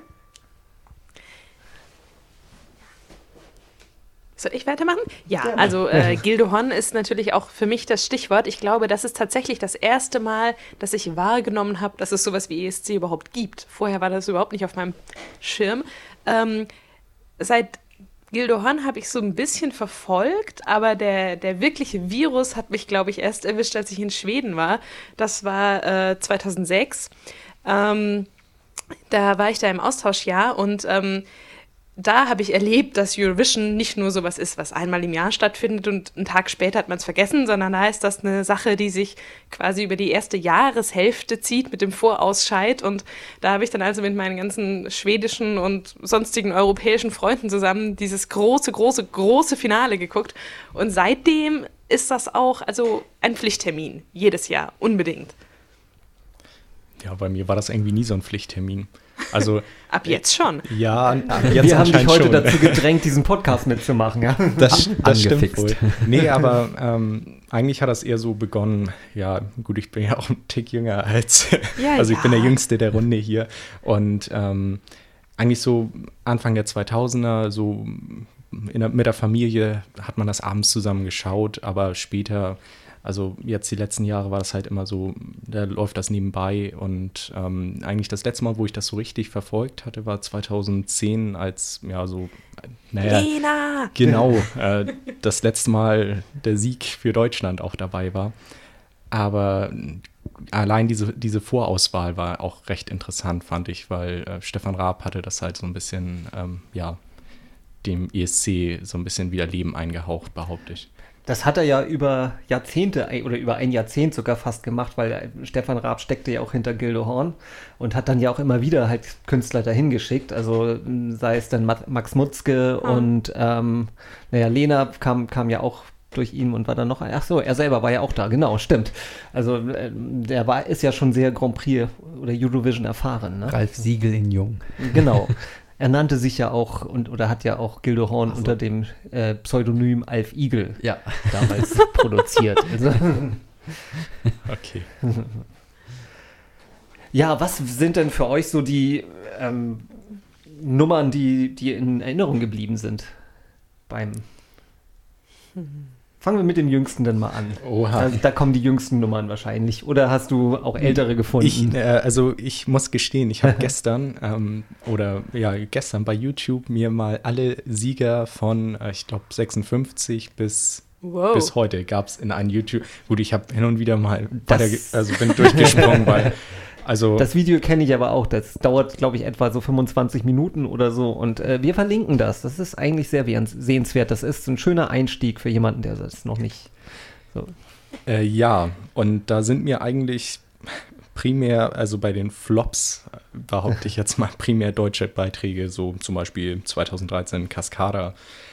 Soll ich weitermachen? Ja, also äh, Gildo Horn ist natürlich auch für mich das Stichwort. Ich glaube, das ist tatsächlich das erste Mal, dass ich wahrgenommen habe, dass es sowas wie E S C überhaupt gibt. Vorher war das überhaupt nicht auf meinem Schirm. Ähm, seit Gildo Horn habe ich so ein bisschen verfolgt, aber der, der wirkliche Virus hat mich, glaube ich, erst erwischt, als ich in Schweden war. Das war äh, zweitausendsechs. Ähm, da war ich da im Austauschjahr und ähm, da habe ich erlebt, dass Eurovision nicht nur sowas ist, was einmal im Jahr stattfindet und einen Tag später hat man es vergessen, sondern da ist das eine Sache, die sich quasi über die erste Jahreshälfte zieht mit dem Vorausscheid. Und da habe ich dann also mit meinen ganzen schwedischen und sonstigen europäischen Freunden zusammen dieses große, große, große Finale geguckt. Und seitdem ist das auch also ein Pflichttermin, jedes Jahr, unbedingt. Ja, bei mir war das irgendwie nie so ein Pflichttermin. Also Ab jetzt schon. ja, jetzt Wir haben dich anscheinend heute schon. dazu gedrängt, diesen Podcast mitzumachen, ja? Das, das stimmt Angefixt. wohl. Nee, aber ähm, eigentlich hat das eher so begonnen, ja, gut, ich bin ja auch ein Tick jünger als, Ja, also ich ja. bin der Jüngste der Runde hier und ähm, eigentlich so Anfang der zweitausender, so in der, mit der Familie hat man das abends zusammen geschaut, aber später Also jetzt die letzten Jahre war das halt immer so, da läuft das nebenbei und ähm, eigentlich das letzte Mal, wo ich das so richtig verfolgt hatte, war zweitausendzehn, als, ja, so, naja, Lena! Genau, äh, das letzte Mal der Sieg für Deutschland auch dabei war. Aber allein diese, diese Vorauswahl war auch recht interessant, fand ich, weil äh, Stefan Raab hatte das halt so ein bisschen, ähm, ja, dem E S C so ein bisschen wieder Leben eingehaucht, behaupte ich. Das hat er ja über Jahrzehnte oder über ein Jahrzehnt sogar fast gemacht, weil Stefan Raab steckte ja auch hinter Gildo Horn und hat dann ja auch immer wieder halt Künstler dahin geschickt. Also sei es dann Max Mutzke oh. und ähm, naja, Lena kam, kam ja auch durch ihn und war dann noch, ach so, er selber war ja auch da, genau, stimmt. Also äh, der war, ist ja schon sehr Grand Prix oder Eurovision erfahren. Ne? Ralf Siegel in Jung. Genau. Er nannte sich ja auch und oder hat ja auch Gildo Horn so. unter dem äh, Pseudonym Alf Igel ja. damals produziert. Also, okay. Ja, was sind denn für euch so die ähm, Nummern, die, die in Erinnerung geblieben sind beim hm. Fangen wir mit dem Jüngsten dann mal an. Oha. Da, da kommen die jüngsten Nummern wahrscheinlich. Oder hast du auch ältere gefunden? Ich, äh, also ich muss gestehen, ich habe gestern ähm, oder ja gestern bei YouTube mir mal alle Sieger von, äh, ich glaube sechsundfünfzig bis wow. bis heute gab es in einem YouTube. Gut, ich habe hin und wieder mal weiter, also bin durchgesprungen, weil also das Video kenne ich aber auch. Das dauert, glaube ich, etwa so fünfundzwanzig Minuten oder so. Und äh, wir verlinken das. Das ist eigentlich sehr sehenswert. Das ist ein schöner Einstieg für jemanden, der das noch nicht so. Äh, ja, und da sind mir eigentlich primär, also bei den Flops, behaupte ich jetzt mal, primär deutsche Beiträge, so zum Beispiel zweitausenddreizehn Cascada.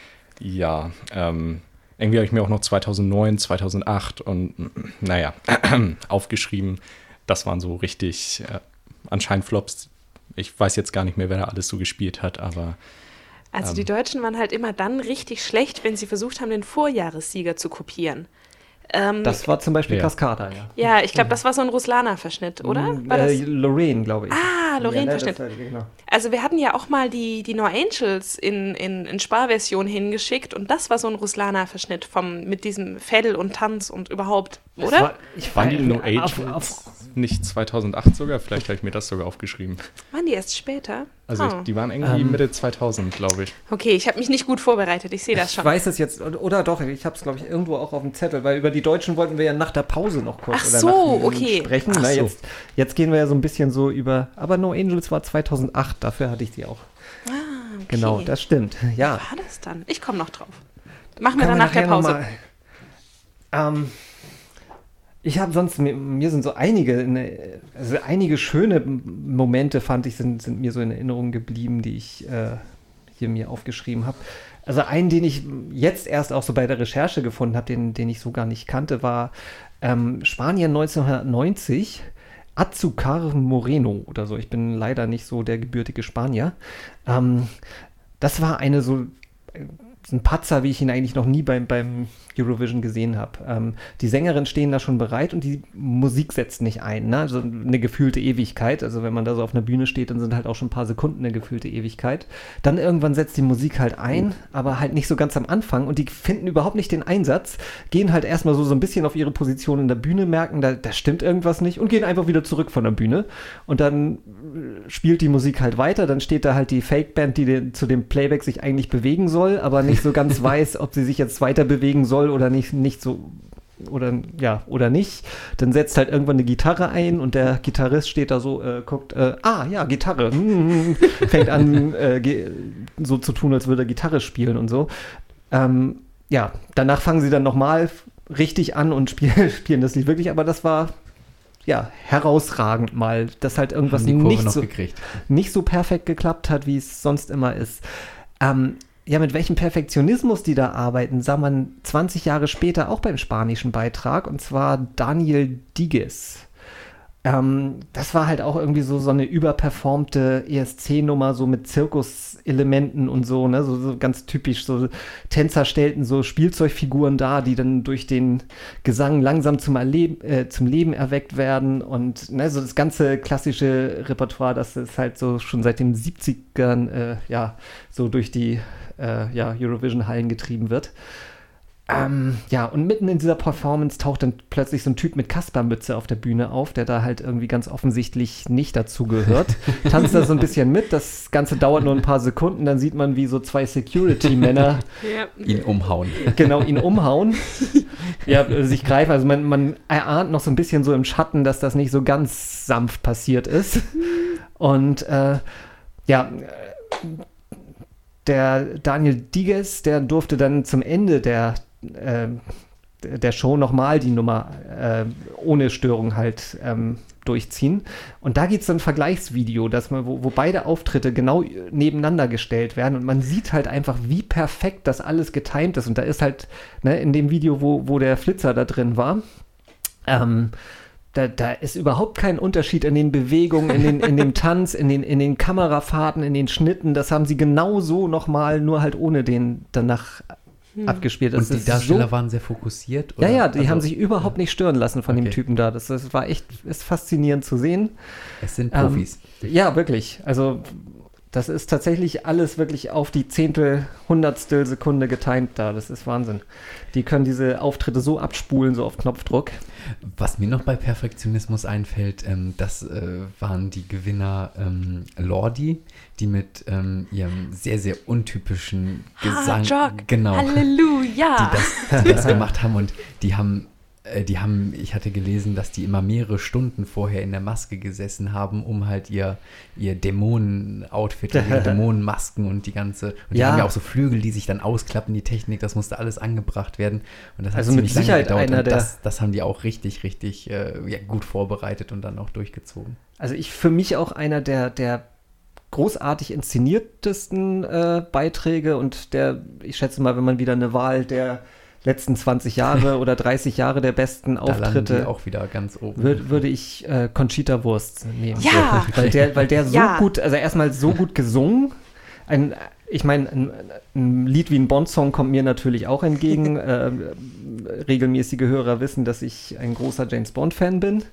Ja, ähm, irgendwie habe ich mir auch noch zweitausendneun, zweitausendacht und naja, aufgeschrieben. Das waren so richtig äh, anscheinend Flops. Ich weiß jetzt gar nicht mehr, wer da alles so gespielt hat, aber Also ähm, die Deutschen waren halt immer dann richtig schlecht, wenn sie versucht haben, den Vorjahressieger zu kopieren. Ähm, das war zum Beispiel ja. Cascada, ja. Ja, ich glaube, das war so ein Ruslana-Verschnitt, oder? War das? Äh, Lorraine, glaube ich. Ah, Lorraine-Verschnitt. Ja, genau. Also wir hatten ja auch mal die, die No Angels in, in, in Sparversion hingeschickt und das war so ein Ruslana-Verschnitt vom, mit diesem Fädel und Tanz und überhaupt, oder? War, ich waren die No auf, Angels auf, nicht zweitausendacht sogar? Vielleicht habe ich mir das sogar aufgeschrieben. Waren die erst später? Also oh. ich, die waren irgendwie Ähm. Mitte zweitausend, glaube ich. Okay, ich habe mich nicht gut vorbereitet, ich sehe das schon. Ich weiß es jetzt, oder doch, ich habe es, glaube ich, irgendwo auch auf dem Zettel, weil über die Deutschen wollten wir ja nach der Pause noch kurz Ach oder so, nach dem okay. sprechen. Ach Na, so. jetzt, jetzt gehen wir ja so ein bisschen so über, aber No Angels war zweitausendacht, dafür hatte ich die auch. Ah, okay. Genau, das stimmt, ja. Wie war das dann? Ich komme noch drauf. Machen wir Können dann nach der nachher noch Pause. mal, ähm, ich habe sonst, mir, mir sind so einige, ne, also einige schöne Momente, fand ich, sind, sind mir so in Erinnerung geblieben, die ich äh, hier mir aufgeschrieben habe. Also einen, den ich jetzt erst auch so bei der Recherche gefunden habe, den, den ich so gar nicht kannte, war ähm, Spanien neunzehnhundertneunzig, Azucar Moreno oder so. Ich bin leider nicht so der gebürtige Spanier. Ähm, das war eine so... ein Patzer, wie ich ihn eigentlich noch nie beim, beim Eurovision gesehen habe. Ähm, die Sängerinnen stehen da schon bereit und die Musik setzt nicht ein. Ne? Also eine gefühlte Ewigkeit. Also wenn man da so auf einer Bühne steht, dann sind halt auch schon ein paar Sekunden eine gefühlte Ewigkeit. Dann irgendwann setzt die Musik halt ein, aber halt nicht so ganz am Anfang und die finden überhaupt nicht den Einsatz, gehen halt erstmal so, so ein bisschen auf ihre Position in der Bühne, merken, da, da stimmt irgendwas nicht und gehen einfach wieder zurück von der Bühne und dann spielt die Musik halt weiter, dann steht da halt die Fake-Band, die den, zu dem Playback sich eigentlich bewegen soll, aber nicht so ganz weiß, ob sie sich jetzt weiter bewegen soll oder nicht, nicht so oder ja oder nicht. Dann setzt halt irgendwann eine Gitarre ein und der Gitarrist steht da so, äh, guckt, äh, ah ja, Gitarre, hm, fängt an äh, ge- so zu tun, als würde er Gitarre spielen und so. Ähm, ja, danach fangen sie dann nochmal richtig an und spiel- spielen das Lied wirklich, aber das war ja herausragend mal, dass halt irgendwas nicht so, nicht so perfekt geklappt hat, wie es sonst immer ist. Ähm, Ja, mit welchem Perfektionismus die da arbeiten, sah man zwanzig Jahre später auch beim spanischen Beitrag, und zwar Daniel Digues. Ähm, das war halt auch irgendwie so, so eine überperformte E S C-Nummer, so mit Zirkuselementen und so, ne, so, so ganz typisch, so Tänzer stellten so Spielzeugfiguren dar, die dann durch den Gesang langsam zum, Erleben, äh, zum Leben erweckt werden und ne, so das ganze klassische Repertoire, das ist halt so schon seit den siebzigern, äh, ja, so durch die äh, ja, Eurovision-Hallen getrieben wird. Ähm, ja, und mitten in dieser Performance taucht dann plötzlich so ein Typ mit Kaspermütze auf der Bühne auf, der da halt irgendwie ganz offensichtlich nicht dazu gehört. Tanzt da so ein bisschen mit, das Ganze dauert nur ein paar Sekunden, dann sieht man, wie so zwei Security-Männer Ja. Ihn umhauen. genau ihn umhauen, ja, sich greifen. Also man, man erahnt noch so ein bisschen so im Schatten, dass das nicht so ganz sanft passiert ist. Und äh, ja, der Daniel Diges, der durfte dann zum Ende der äh, der Show nochmal die Nummer äh, ohne Störung halt ähm, durchziehen. Und da gibt es so ein Vergleichsvideo, dass man, wo, wo beide Auftritte genau nebeneinander gestellt werden und man sieht halt einfach, wie perfekt das alles getimt ist. Und da ist halt, ne, in dem Video, wo, wo der Flitzer da drin war, ähm, Da, da ist überhaupt kein Unterschied in den Bewegungen, in, den, in dem Tanz, in den, in den Kamerafahrten, in den Schnitten. Das haben sie genau so nochmal, nur halt ohne den danach hm. abgespielt. Das Und die ist Darsteller so, waren sehr fokussiert? ja, Oder? ja, die Also, haben sich überhaupt nicht stören lassen von Okay. dem Typen da. Das, das war echt, ist faszinierend zu sehen. Es sind Profis. Ähm, ja, wirklich. Also das ist tatsächlich alles wirklich auf die Zehntel, Hundertstel Sekunde getimt da. Das ist Wahnsinn. Die können diese Auftritte so abspulen, so auf Knopfdruck. Was mir noch bei Perfektionismus einfällt, ähm, das äh, waren die Gewinner ähm, Lordi, die mit ähm, ihrem sehr, sehr untypischen Gesang, Hard-Rock, genau, Halleluja! die das, die das gemacht haben und die haben äh, die haben, ich hatte gelesen, dass die immer mehrere Stunden vorher in der Maske gesessen haben, um halt ihr, ihr Dämonen-Outfit, ihre Dämonenmasken und die ganze, und die Ja. haben ja auch so Flügel, die sich dann ausklappen, die Technik, das musste alles angebracht werden. Und das hat Also mit ziemlich lange Sicherheit gedauert einer und der- das, das haben die auch richtig, richtig äh, ja, gut vorbereitet und dann auch durchgezogen. Also ich für mich auch einer der, der großartig inszeniertesten äh, Beiträge und der, ich schätze mal, wenn man wieder eine Wahl der letzten zwanzig Jahre oder dreißig Jahre der besten Da landen die Auftritte, auch wieder ganz oben. würd, würde ich äh, Conchita Wurst nehmen. Ja! Weil der, weil der so Ja. gut, also erstmal so gut gesungen, ein, ich meine, ein, ein Lied wie ein Bond-Song kommt mir natürlich auch entgegen. äh, regelmäßige Hörer wissen, dass ich ein großer James-Bond-Fan bin.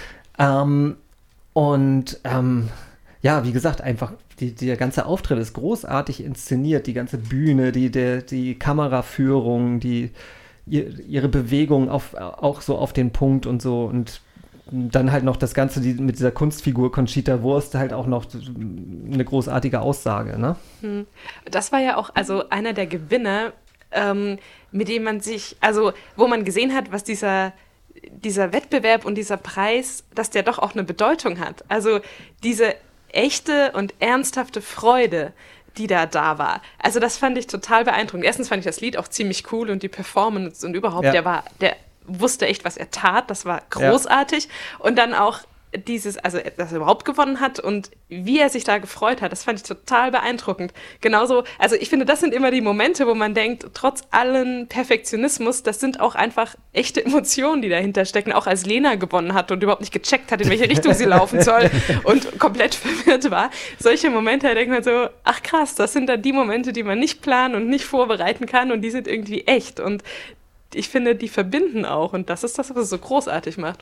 Ähm, und ähm, ja, wie gesagt, einfach die, der ganze Auftritt ist großartig inszeniert, die ganze Bühne, die, der, die Kameraführung, die, ihr, ihre Bewegung auf, auch so auf den Punkt und so und dann halt noch das Ganze die, mit dieser Kunstfigur Conchita Wurst halt auch noch eine großartige Aussage, ne? Hm. Das war ja auch also einer der Gewinner, ähm, mit dem man sich, also wo man gesehen hat, was dieser, dieser Wettbewerb und dieser Preis, dass der doch auch eine Bedeutung hat. Also diese echte und ernsthafte Freude, die da da war. Also das fand ich total beeindruckend. Erstens fand ich das Lied auch ziemlich cool und die Performance und überhaupt, Ja. der war, der wusste echt, was er tat. Das war großartig. Und dann auch dieses, also dass er überhaupt gewonnen hat und wie er sich da gefreut hat, das fand ich total beeindruckend. Genauso, also ich finde, das sind immer die Momente, wo man denkt, trotz allen Perfektionismus, das sind auch einfach echte Emotionen, die dahinter stecken, auch als Lena gewonnen hat und überhaupt nicht gecheckt hat, in welche Richtung sie laufen soll und komplett verwirrt war. Solche Momente, da denkt man so, ach krass, das sind dann die Momente, die man nicht planen und nicht vorbereiten kann und die sind irgendwie echt und ich finde, die verbinden auch und das ist das, was es so großartig macht.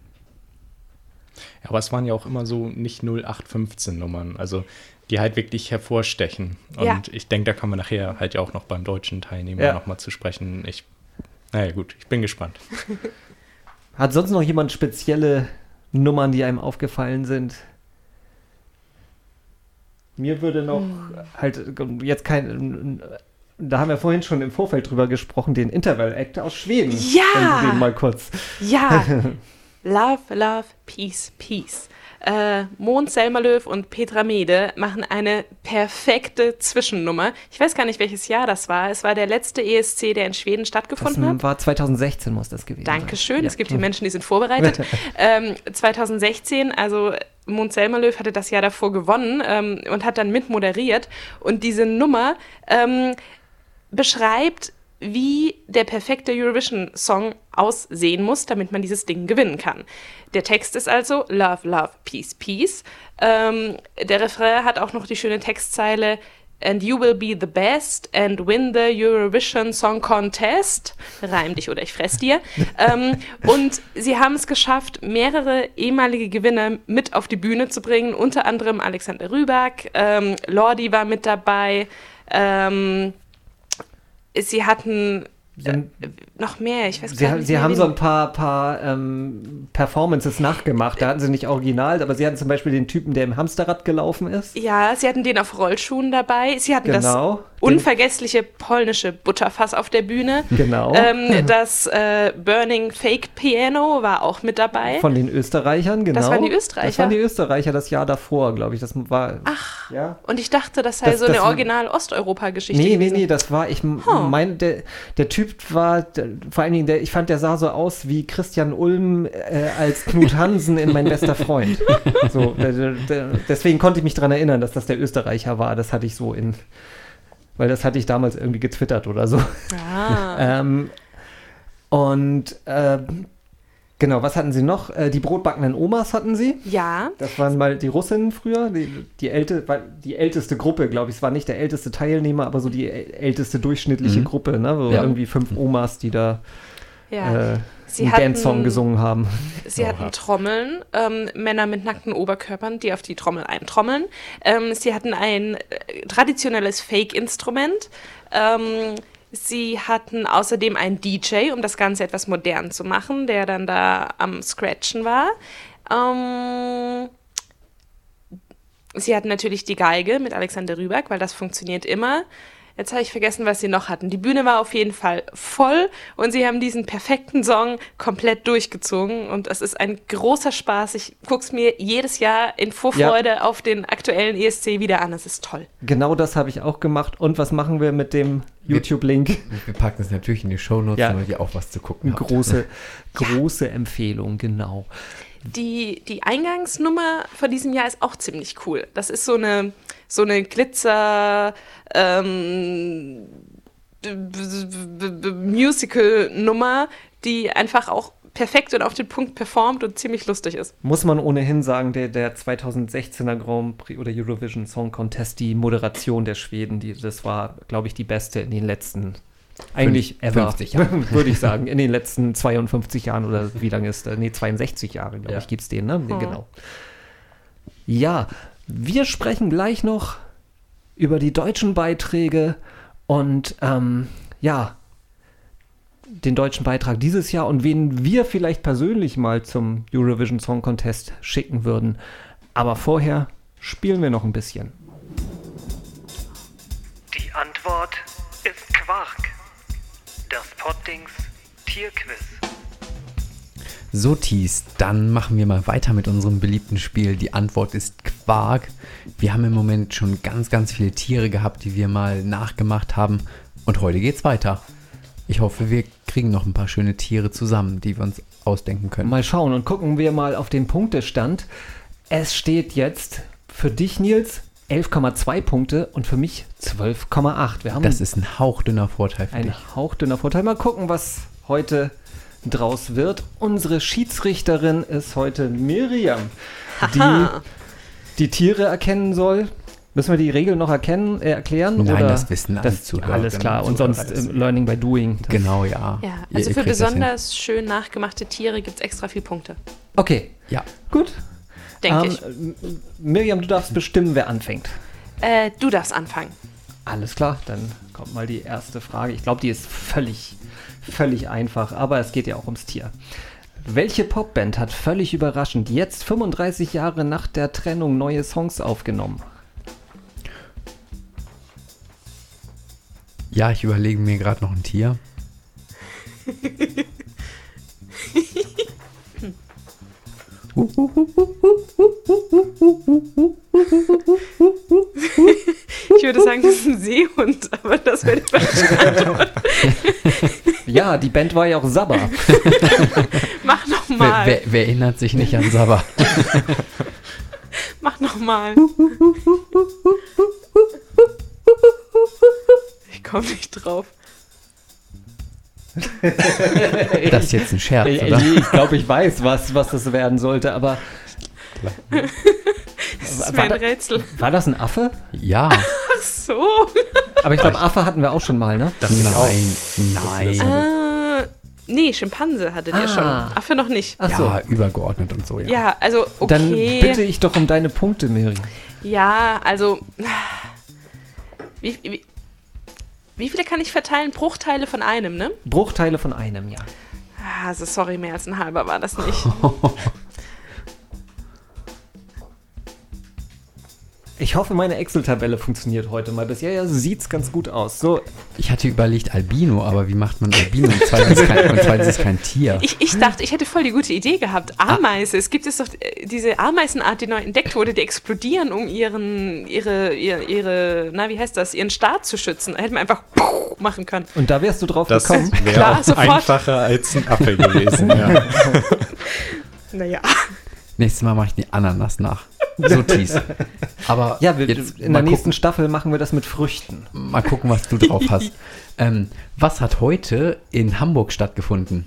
Ja, aber es waren ja auch immer so nicht null acht fünfzehn Nummern, also die halt wirklich hervorstechen. Und Ja. ich denke, da kommen wir nachher halt ja auch noch beim deutschen Teilnehmer Ja. nochmal zu sprechen. Ich, naja gut, ich bin gespannt. Hat sonst noch jemand spezielle Nummern, die einem aufgefallen sind? Mir würde noch Hm. halt jetzt kein, da haben wir vorhin schon im Vorfeld drüber gesprochen, den Interval Act aus Schweden. Ja! Wenn du den mal kurz. Ja, Love, Love, Peace, Peace. Äh, Måns Zelmerlöw und Petra Mede machen eine perfekte Zwischennummer. Ich weiß gar nicht, welches Jahr das war. Es war der letzte E S C, der in Schweden Das stattgefunden hat. war zwanzig sechzehn muss das gewesen sein. Dankeschön. Ja. Es gibt hier Menschen, die sind vorbereitet. ähm, zwanzig sechzehn, also Måns Zelmerlöw hatte das Jahr davor gewonnen ähm, und hat dann mitmoderiert. Und diese Nummer ähm, beschreibt, wie der perfekte Eurovision-Song aussehen muss, damit man dieses Ding gewinnen kann. Der Text ist also Love, Love, Peace, Peace. Ähm, der Refrain hat auch noch die schöne Textzeile And you will be the best and win the Eurovision Song Contest. Reim dich oder ich fress dir. ähm, und sie haben es geschafft, mehrere ehemalige Gewinner mit auf die Bühne zu bringen, unter anderem Alexander Rybak, ähm, Lordi war mit dabei, ähm, sie hatten Äh, noch mehr, ich weiß Sie, gar nicht sie mehr, haben wen- so ein paar, paar ähm, Performances nachgemacht. Da hatten sie nicht original, aber sie hatten zum Beispiel den Typen, der im Hamsterrad gelaufen ist. Ja, sie hatten den auf Rollschuhen dabei. Sie hatten Genau. das unvergessliche polnische Butterfass auf der Bühne. Genau. Ähm, das äh, Burning Fake Piano war auch mit dabei. Von den Österreichern, genau. Das waren die Österreicher? Das waren die Österreicher das Jahr davor, glaube ich. Das war. Ach, ja. und ich dachte, das sei Das- so das eine war- Original-Osteuropa-Geschichte Nee, nee, gewesen. nee, das war, ich m- Huh. mein, der, der Typ war, der, vor allen Dingen, der, ich fand, der sah so aus wie Christian Ulm äh, als Knut Hansen in Mein bester Freund. So, der, der, der, deswegen konnte ich mich daran erinnern, dass das der Österreicher war. Das hatte ich so in, weil das hatte ich damals irgendwie getwittert oder so. Ah. Ähm, und äh, genau, was hatten sie noch? Äh, die brotbackenden Omas hatten sie. Ja, Das waren mal die Russinnen früher, die, die, älte, war die älteste Gruppe, glaube ich. Es war nicht der älteste Teilnehmer, aber so die äl- älteste durchschnittliche Mhm. Gruppe. Ne? So Ja. irgendwie fünf Omas, die da ja. äh, Sie einen hatten- Bandsong gesungen haben. Sie hatten Trommeln, ähm, Männer mit nackten Oberkörpern, die auf die Trommel eintrommeln. Ähm, sie hatten ein äh, traditionelles Fake-Instrument. Ähm, sie hatten außerdem einen D J, um das Ganze etwas modern zu machen, der dann da am Scratchen war. Ähm, sie hatten natürlich die Geige mit Alexander Rybak, weil das funktioniert immer. Jetzt habe ich vergessen, was sie noch hatten. Die Bühne war auf jeden Fall voll und sie haben diesen perfekten Song komplett durchgezogen und es ist ein großer Spaß. Ich gucke es mir jedes Jahr in Vorfreude auf den aktuellen E S C wieder an. Es ist toll. Genau das habe ich auch gemacht. Und was machen wir mit dem YouTube-Link? Wir packen es natürlich in die Shownotes, Ja. damit ihr auch was zu gucken habt. Große, große Empfehlung, genau. Die, die Eingangsnummer von diesem Jahr ist auch ziemlich cool. Das ist so eine, so eine Glitzer ähm, b- b- b- Musical-Nummer, die einfach auch perfekt und auf den Punkt performt und ziemlich lustig ist. Muss man ohnehin sagen, der, der zweitausendsechzehner Grand Prix oder Eurovision Song Contest, die Moderation der Schweden, die, das war, glaube ich, die beste in den letzten, eigentlich ever, fünfzig Jahren. würde ich sagen, in den letzten zweiundfünfzig Jahren oder wie lange ist das? Nee, zweiundsechzig Jahre, glaube Ja. ich, gibt es den, ne? Hm. Genau. Ja, wir sprechen gleich noch über die deutschen Beiträge und ähm, ja, den deutschen Beitrag dieses Jahr und wen wir vielleicht persönlich mal zum Eurovision Song Contest schicken würden. Aber vorher spielen wir noch ein bisschen. Die Antwort ist Quark. Das Poddings Tierquiz. So, Thies, dann machen wir mal weiter mit unserem beliebten Spiel. Die Antwort ist Quark. Wir haben im Moment schon ganz, ganz viele Tiere gehabt, die wir mal nachgemacht haben. Und heute geht's weiter. Ich hoffe, wir kriegen noch ein paar schöne Tiere zusammen, die wir uns ausdenken können. Mal schauen und gucken wir mal auf den Punktestand. Es steht jetzt für dich, Nils, elf Komma zwei Punkte und für mich zwölf Komma acht. Wir haben Das ist ein hauchdünner Vorteil für ein dich. hauchdünner Vorteil. Mal gucken, was heute draus wird. Unsere Schiedsrichterin ist heute Miriam, die Haha. die Tiere erkennen soll. Müssen wir die Regeln noch erkennen, äh, erklären? Nein, oder? das wissen alle das, Zuhörerinnen Alles klar. und Und sonst Zuhörer, das- äh, Learning by Doing. Das- Genau, ja. Ja, Ihr- also ihr für kriegt das hin. besonders schön nachgemachte Tiere gibt es extra viel Punkte, Okay, Ja, gut. denke Ähm, ich. M- Miriam, du darfst bestimmen, wer anfängt. Äh, du darfst anfangen. Alles klar, dann kommt mal die erste Frage. Ich glaube, die ist völlig, völlig einfach, aber es geht ja auch ums Tier. Welche Popband hat völlig überraschend jetzt fünfunddreißig Jahre nach der Trennung neue Songs aufgenommen? ja, ich überlege mir gerade noch ein Tier. Ich würde sagen, das ist ein Seehund, aber das wäre der falsche. Ja, die Band war ja auch Sabba. Mach noch Wer, mal. wer, wer erinnert sich nicht an Sabba? Mach noch mal. Ich komme nicht drauf. Das ist jetzt ein Scherz, Ich, oder? ich glaube, ich weiß, was, was das werden sollte, aber Das ist War mir ein da- Rätsel. war das ein Affe? Ja. Ach so. Aber ich glaube, Affe hatten wir auch schon mal, ne? Nein, nein. Äh, nee, Schimpanse hattet ihr Ah. schon. Affe noch nicht. Ach so. Ja, übergeordnet und so, ja. Ja, also okay. Dann bitte ich doch um deine Punkte, Miriam. Ja, also. Wie, wie, Wie viele kann ich verteilen? Bruchteile von einem, ne? Bruchteile von einem, ja. Ah, also sorry, mehr als ein halber war das nicht. Ich hoffe, meine Excel-Tabelle funktioniert heute mal. Bisher ja, sieht es ganz gut aus. So, Ich hatte überlegt Albino, aber wie macht man Albino? Und zweitens kein, und zweitens ist kein Tier. Ich, ich dachte, ich hätte voll die gute Idee gehabt. Ameise. Es gibt jetzt doch äh, diese Ameisenart, die neu entdeckt wurde, die explodieren, um ihren, ihre, ihre, ihre, na, wie heißt das, ihren Staat zu schützen. Da hätten wir einfach machen können. und da wärst du drauf Das gekommen. wäre Klar, auch sofort. einfacher als ein Apfel gewesen. Ja. Naja. Nächstes Mal mache ich die Ananas nach. So Tees. Aber Ja, wir, jetzt in mal der nächsten gucken, Staffel machen wir das mit Früchten. mal gucken, was du drauf hast. ähm, was hat heute in Hamburg stattgefunden?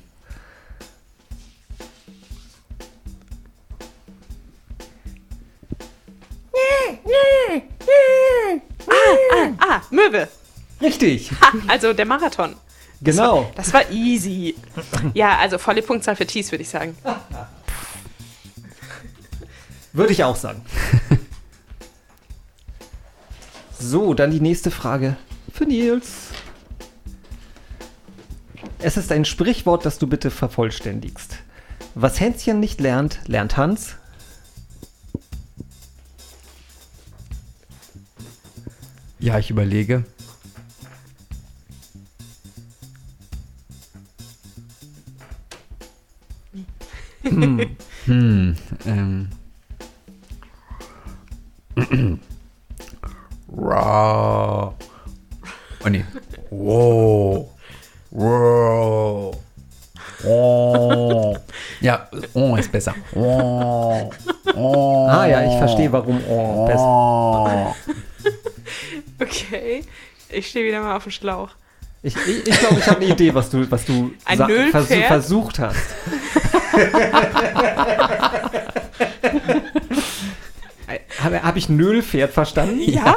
Ah, Möwe. Richtig, Ha, also der Marathon. genau. Das war easy. Ja, also volle Punktzahl für Thies, würde ich sagen. Würde ich auch sagen. So, dann die nächste Frage für Nils. Es ist ein Sprichwort, das du bitte vervollständigst. Was Hänschen nicht lernt, lernt Hans. Ja, ich überlege. Hm. Hm, ähm. Ra. Oh nee. Wow. Wow. Oh. Ja, oh ist besser. Oh. Oh. Ah ja, ich verstehe, warum oh besser. Oh. Okay. Ich stehe wieder mal auf dem Schlauch. Ich glaube, ich, ich, glaub, ich habe eine Idee, was du, was du Ein sa- Nülpferd? versucht hast. Habe hab ich Nülpferd verstanden? Ja,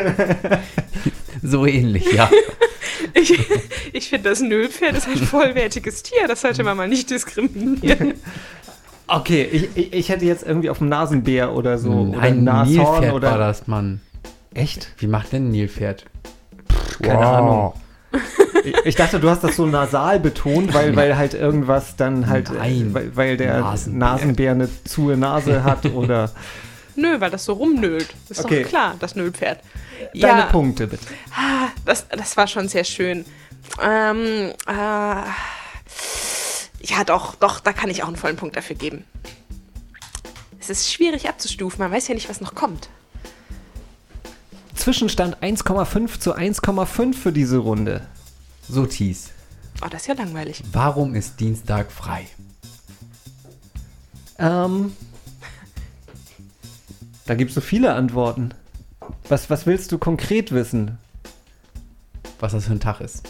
So ähnlich, ja. ich, ich finde, das Nülpferd ist ein vollwertiges Tier. Das sollte man mal nicht diskriminieren. Okay, ich, ich, ich hätte jetzt irgendwie auf dem Nasenbär oder so. Oder Ein Nashorn Nilpferd oder. war das, Mann. Echt? Wie macht denn ein Nilpferd? Keine Ahnung. Ich, ich dachte, du hast das so nasal betont, weil, weil halt irgendwas dann halt, Nein. äh, weil, weil der Nasenbär. Nasenbär eine zu Nase hat oder. Nö, weil das so rumnölt. Ist Okay. doch klar, das Nülpferd. Deine Ja, Punkte bitte. das, das war schon sehr schön. Ähm, äh, ja, doch, doch, da kann ich auch einen vollen Punkt dafür geben. Es ist schwierig abzustufen, man weiß ja nicht, was noch kommt. Zwischenstand eins Komma fünf zu eins Komma fünf für diese Runde. So Thies. Oh, das ist ja langweilig. Warum ist Dienstag frei? Ähm, da gibt es so viele Antworten. Was, was willst du konkret wissen? Was das für ein Tag ist.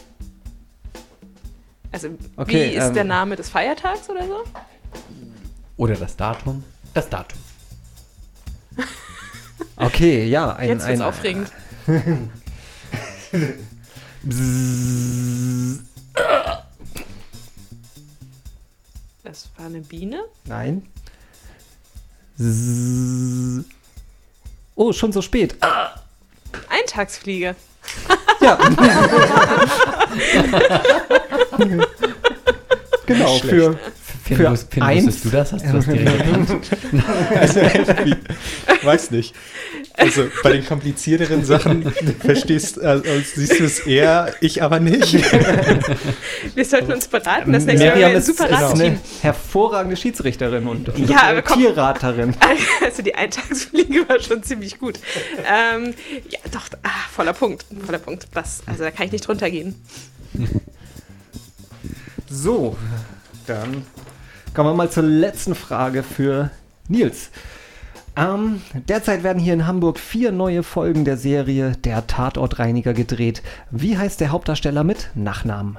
Also, Okay, wie ist ähm, der Name des Feiertags oder so? Oder das Datum? Das Datum. Okay, ja. Ein, Jetzt wird's ein, aufregend. Das war eine Biene? Nein. Zzz. Oh, schon so spät. Ah, Eintagsfliege. ja. Genau, für, Finn, Für wus- Finn eins- wusstest du das? Hast du das direkt erkannt? Also irgendwie, weiß nicht. Also bei den komplizierteren Sachen verstehst, äh, siehst du es eher, ich aber nicht. Wir sollten uns beraten. Das nächste Mal Miriam ein ist, super ist eine Ratteam. hervorragende Schiedsrichterin und, und Ja, aber komm. Tierraterin. Also die Eintagsfliege war schon ziemlich gut. Ähm, ja, doch, ah, voller Punkt. Voller Punkt. Das, also da kann ich nicht drunter gehen. So, dann kommen wir mal zur letzten Frage für Nils. Ähm, derzeit werden hier in Hamburg vier neue Folgen der Serie Der Tatortreiniger gedreht. Wie heißt der Hauptdarsteller mit Nachnamen?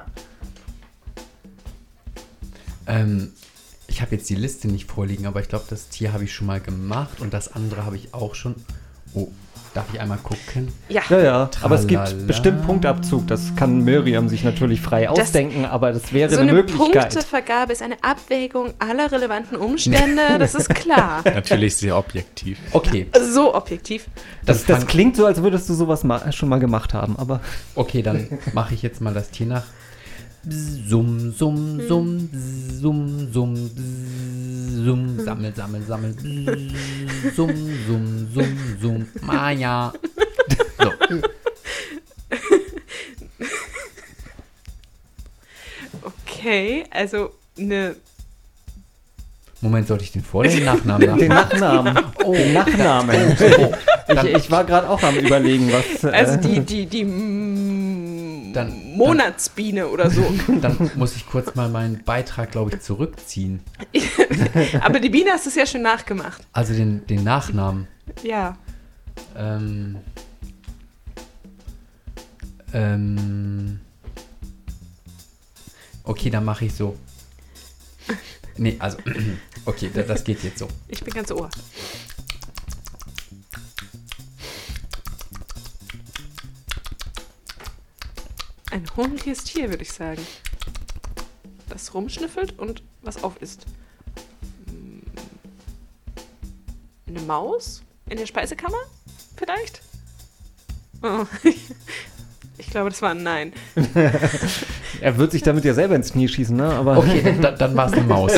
Ähm, ich habe jetzt die Liste nicht vorliegen, aber ich glaube, das Tier habe ich schon mal gemacht und das andere habe ich auch schon. Oh, darf ich einmal gucken? Ja. Ja, ja, aber es Tralala. gibt bestimmt Punktabzug. Das kann Miriam sich natürlich frei Das- ausdenken, aber das wäre So eine eine Möglichkeit. Punktevergabe ist eine Abwägung aller relevanten Umstände, das ist klar. Natürlich sehr objektiv. Okay, So objektiv. Das, dann das fang- klingt so, als würdest du sowas ma- schon mal gemacht haben, aber okay, dann mache ich jetzt mal das Tier nach. Summ, summ, summ, summ, summ, summ, sammel, sammel, sammel, summ, summ, summ, summ, Maja. So. Okay, also eine. Moment, sollte ich den Vor- oder den Nachnamen den nachmachen? Nachnamen. Oh, Den Nachnamen. Ich, ich war gerade auch am Überlegen, was. äh, Also die, die, die mm, Dann- Monatsbiene oder so. Dann muss ich kurz mal meinen Beitrag, glaube ich, zurückziehen. Aber die Biene hast du es ja schon nachgemacht. Also den, den Nachnamen. Ja. Ähm. Ähm. Okay, dann mache ich so. Nee, also. Okay, da- das geht jetzt so. Ich bin ganz ohr. Ein hungriges Tier, würde ich sagen. Das rumschnüffelt und was auf isst. Hm. Eine Maus? In der Speisekammer? Vielleicht? Oh. Ich glaube, das war ein Nein. Er wird sich damit ja selber ins Knie schießen, ne? Aber Okay, dann, dann, dann war es eine Maus.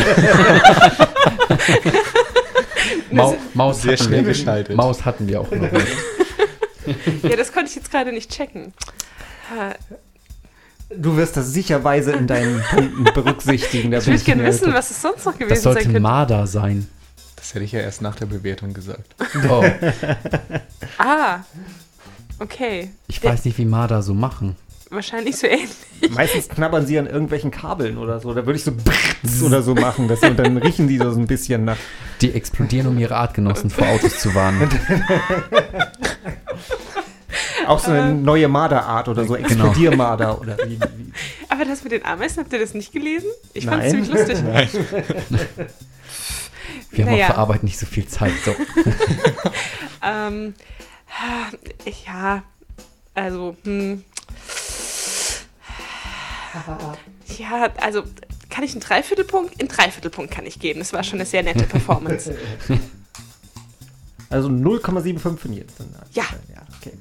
Mau, Maus, Sehr hatten schnell wir, geschaltet. Maus hatten wir auch noch nicht. Ja, das konnte ich jetzt gerade nicht checken. Ha, du wirst das sicherweise in deinen Punkten berücksichtigen. Da Ich bin würde gerne mir- wissen, was es sonst noch gewesen Das sein sollte könnte. Marder sein. Das hätte ich ja erst nach der Bewertung gesagt. Oh, Ah, okay. ich weiß nicht, wie Marder so machen. Wahrscheinlich so ähnlich. Meistens knabbern sie an irgendwelchen Kabeln oder so. Da würde ich so oder so machen. Das, und dann riechen die so ein bisschen nach. Die explodieren, um ihre Artgenossen vor Autos zu warnen. Auch so eine neue Marderart oder so. Genau. Explodiermarder oder wie. wie. Aber das mit den Ameisen, habt ihr das nicht gelesen? Ich fand Nein. es ziemlich lustig. Wir haben Naja. auch für Arbeit nicht so viel Zeit. So. Ähm, ja, also, hm. Ja, also, kann ich einen Dreiviertelpunkt? Einen Dreiviertelpunkt kann ich geben. Das war schon eine sehr nette Performance. Also null Komma fünfundsiebzig von jetzt. Ja. ja okay.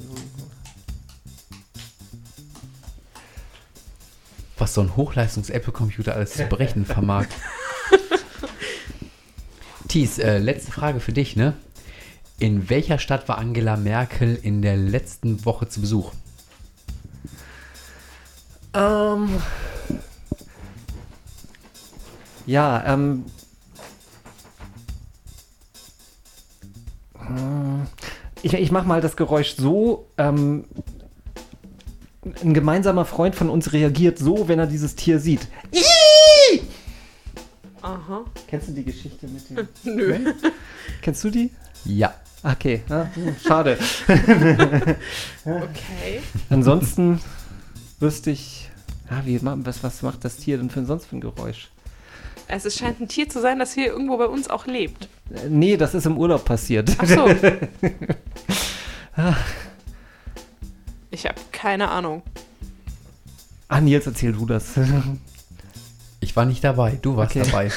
Was so ein Hochleistungs-Apple-Computer alles zu berechnen vermag. Thies, äh, letzte Frage für dich, ne? In welcher Stadt war Angela Merkel in der letzten Woche zu Besuch? Ähm. Ja, ähm. Ich, ich mach mal das Geräusch so. Ähm, ein gemeinsamer Freund von uns reagiert so, wenn er dieses Tier sieht. Aha. Kennst du die Geschichte mit dem? Nö. Kennst du die? Ja. Okay, ja, schade. Okay. Ansonsten wüsste ich. Ja, wie, was, was macht das Tier denn für, sonst für ein Geräusch? Also, es scheint ein Tier zu sein, das hier irgendwo bei uns auch lebt. Äh, Nee, das ist im Urlaub passiert. Ach so. Ich habe keine Ahnung. Ah, Nils, erzähl du das. Ich war nicht dabei, du warst Okay. dabei.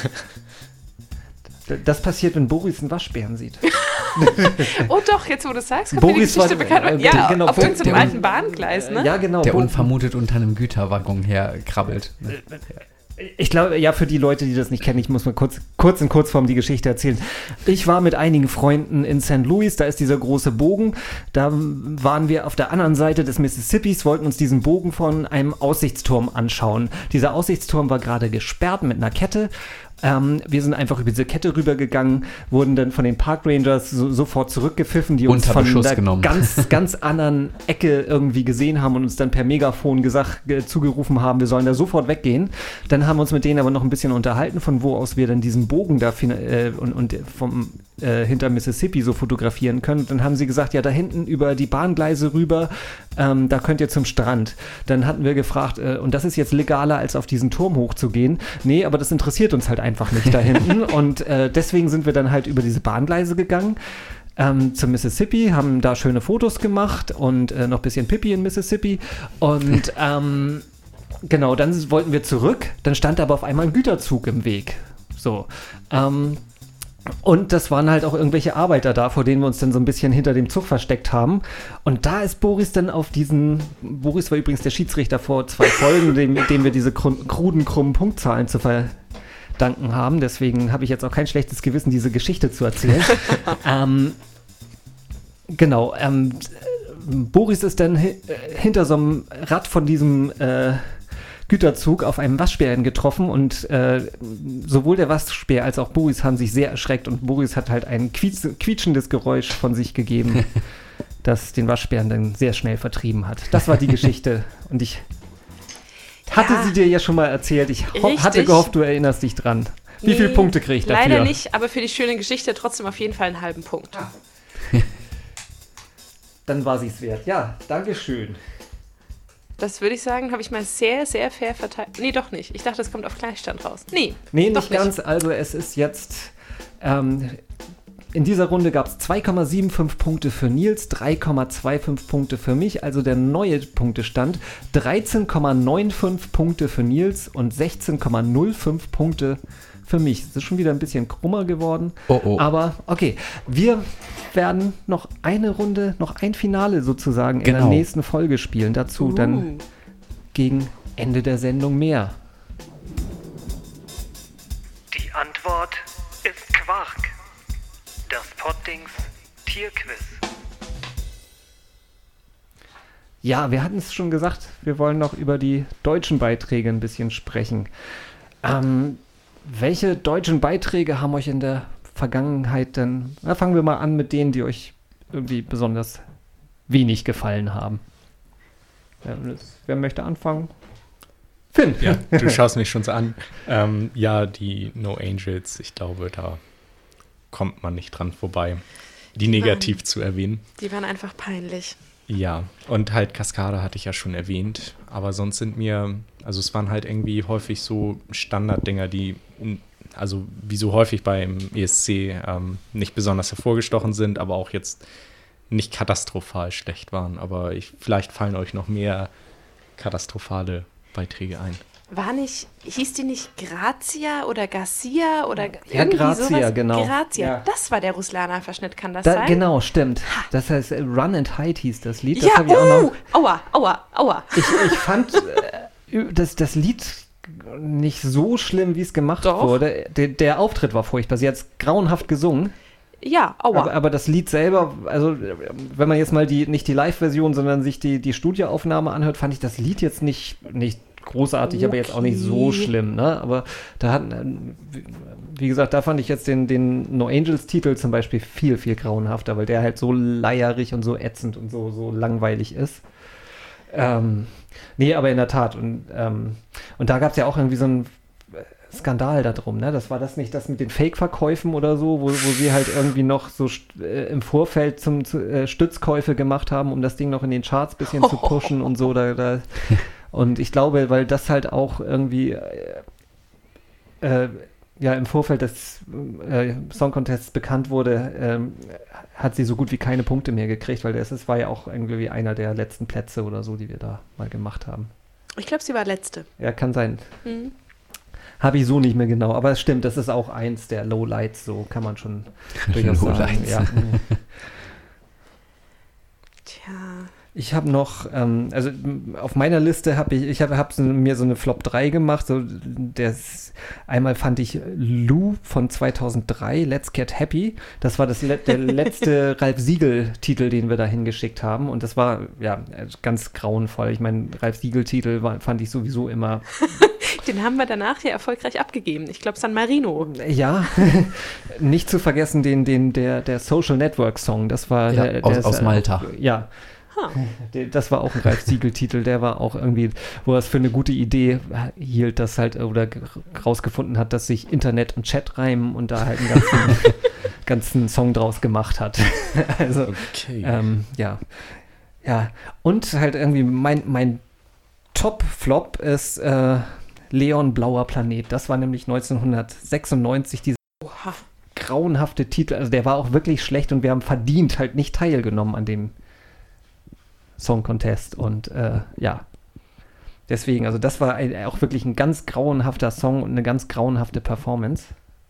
Das passiert, wenn Boris einen Waschbären sieht. Oh doch, jetzt wo du es sagst, kommt mir die Boris Geschichte war- bekannt. äh, Ja, genau, auf Bo- irgendeinem der- alten Bahngleis, ne? Ja, genau. Der Bo- unvermutet unter einem Güterwaggon herkrabbelt. Ich glaube, ja, für die Leute, die das nicht kennen, ich muss mal kurz, kurz in Kurzform die Geschichte erzählen. Ich war mit einigen Freunden in Saint Louis, da ist dieser große Bogen. Da waren wir auf der anderen Seite des Mississippis, wollten uns diesen Bogen von einem Aussichtsturm anschauen. Dieser Aussichtsturm war gerade gesperrt mit einer Kette. Ähm, wir sind einfach über diese Kette rübergegangen, wurden dann von den Park Rangers so, sofort zurückgepfiffen, die uns Unter von Beschuss der genommen. ganz, ganz anderen Ecke irgendwie gesehen haben und uns dann per Megafon gesagt, ge- zugerufen haben, wir sollen da sofort weggehen. Dann haben wir uns mit denen aber noch ein bisschen unterhalten, von wo aus wir dann diesen Bogen da fin- äh, und, und vom äh, hinter Mississippi so fotografieren können. Und dann haben sie gesagt, ja, da hinten über die Bahngleise rüber, ähm, da könnt ihr zum Strand. Dann hatten wir gefragt, äh, und das ist jetzt legaler, als auf diesen Turm hochzugehen. Nee, aber das interessiert uns halt einfach nicht da hinten. Und äh, deswegen sind wir dann halt über diese Bahngleise gegangen. ähm, zum Mississippi, haben da schöne Fotos gemacht und äh, noch ein bisschen Pipi in Mississippi. Und ähm, genau, dann wollten wir zurück. Dann stand aber auf einmal ein Güterzug im Weg. So. Ähm, und das waren halt auch irgendwelche Arbeiter da, vor denen wir uns dann so ein bisschen hinter dem Zug versteckt haben. Und da ist Boris dann auf diesen, Boris war übrigens der Schiedsrichter vor zwei Folgen, dem, dem wir diese kruden, krummen Punktzahlen zu verdanken haben. Deswegen habe ich jetzt auch kein schlechtes Gewissen, diese Geschichte zu erzählen. ähm, genau, ähm, Boris ist dann hi- hinter so einem Rad von diesem äh, Güterzug auf einem Waschbären getroffen und äh, sowohl der Waschbär als auch Boris haben sich sehr erschreckt und Boris hat halt ein quietsch- quietschendes Geräusch von sich gegeben, das den Waschbären dann sehr schnell vertrieben hat. Das war die Geschichte und ich hatte Ja. sie dir ja schon mal erzählt. Ich ho- Richtig. hatte gehofft, du erinnerst dich dran. Wie Nee, viele Punkte kriege ich dafür? Leider nicht, aber für die schöne Geschichte trotzdem auf jeden Fall einen halben Punkt. Dann war sie es wert. Ja, danke schön. Das würde ich sagen, habe ich mal sehr, sehr fair verteilt. Nee, doch nicht. Ich dachte, es kommt auf Gleichstand raus. Nee, Nee, doch nicht ganz. Also es ist jetzt, ähm, in dieser Runde gab es zwei Komma fünfundsiebzig Punkte für Nils, drei Komma fünfundzwanzig Punkte für mich, also der neue Punktestand, dreizehn Komma fünfundneunzig Punkte für Nils und sechzehn Komma null fünf Punkte für mich. Es ist schon wieder ein bisschen krummer geworden, Oh, oh. aber okay, wir werden noch eine Runde, noch ein Finale sozusagen in Genau. der nächsten Folge spielen. Dazu Uh. dann gegen Ende der Sendung mehr. Die Antwort ist Quark. Das Poddings Tierquiz. Ja, wir hatten es schon gesagt, wir wollen noch über die deutschen Beiträge ein bisschen sprechen. Ähm, welche deutschen Beiträge haben euch in der Vergangenheit denn, na, fangen wir mal an mit denen, die euch irgendwie besonders wenig gefallen haben. Ja, das, wer möchte anfangen? Finn. Ja, du schaust mich schon so an. Ähm, ja, die No Angels, ich glaube, da kommt man nicht dran vorbei, die negativ zu erwähnen. die waren einfach peinlich. Ja, und halt Kaskade hatte ich ja schon erwähnt, aber sonst sind mir, also es waren halt irgendwie häufig so Standarddinger, die, n- also wie so häufig beim E S C ähm, nicht besonders hervorgestochen sind, aber auch jetzt nicht katastrophal schlecht waren. Aber ich, vielleicht fallen euch noch mehr katastrophale Beiträge ein. War nicht, hieß die nicht Grazia oder Garcia oder Ja, irgendwie Grazia, sowas? genau. Grazia, Ja. das war der Ruslana-Verschnitt, kann das Da, sein? genau, stimmt. Das heißt, äh, Run and Hide hieß das Lied. Das Ja, habe ich auch noch. oh, aua, aua, aua. Ich, ich fand äh, das, das Lied nicht so schlimm, wie es gemacht Doch. wurde. Der, der Auftritt war furchtbar. Sie hat es grauenhaft gesungen. Ja, aua. Aber, aber das Lied selber, also wenn man jetzt mal die, nicht die Live-Version, sondern sich die, die Studioaufnahme anhört, fand ich das Lied jetzt nicht, nicht großartig, aber jetzt auch nicht so Okay. schlimm. Ne? Aber da hat, wie gesagt, da fand ich jetzt den, den No Angels-Titel zum Beispiel viel, viel grauenhafter, weil der halt so leierig und so ätzend und so, so langweilig ist. Ähm, nee, aber in der Tat. Und, ähm, und da gab es ja auch irgendwie so einen Skandal darum, ne? Das war das nicht das mit den Fake-Verkäufen oder so, wo, wo sie halt irgendwie noch so st- äh, im Vorfeld zum zu, äh, Stützkäufe gemacht haben, um das Ding noch in den Charts ein bisschen zu pushen und so. Da, da. Und ich glaube, weil das halt auch irgendwie äh, äh, ja im Vorfeld des äh, Song Contests bekannt wurde, ähm, hat sie so gut wie keine Punkte mehr gekriegt, weil das, das war ja auch irgendwie einer der letzten Plätze oder so, die wir da mal gemacht haben. Ich glaube, sie war letzte. Ja, kann sein. Mhm. Habe ich so nicht mehr genau, aber es stimmt, das ist auch eins der Lowlights, so kann man schon durchaus sagen. Lowlights. Ja. Tja. Ich habe noch, ähm, also m, auf meiner Liste habe ich, ich habe hab so, mir so eine Flop drei gemacht. So, das, einmal fand ich Lou von zweitausenddrei, Let's Get Happy. Das war das, le- der letzte Ralf Siegel-Titel, den wir da hingeschickt haben. Und das war ja ganz grauenvoll. Ich meine, Ralf Siegel-Titel war- fand ich sowieso immer. Den haben wir danach ja erfolgreich abgegeben. Ich glaube, San Marino. Ja, nicht zu vergessen den, den, der, der Social Network Song. Das war Ja, der, aus- der ist, aus äh, Malta. Ja. Der- Das war auch ein Ralf Siegel-Titel, der war auch irgendwie, wo er es für eine gute Idee hielt, dass halt, oder g- rausgefunden hat, dass sich Internet und Chat reimen und da halt einen ganzen, ganzen Song draus gemacht hat. Also, Okay. ähm, ja. Ja, und halt irgendwie mein, mein Top-Flop ist äh, Leon Blauer Planet. Das war nämlich neunzehnhundertsechsundneunzig diese Oha. grauenhafte Titel. Also der war auch wirklich schlecht und wir haben verdient halt nicht teilgenommen an dem Song Contest. Und äh, ja, deswegen, also das war ein, auch wirklich ein ganz grauenhafter Song und eine ganz grauenhafte Performance.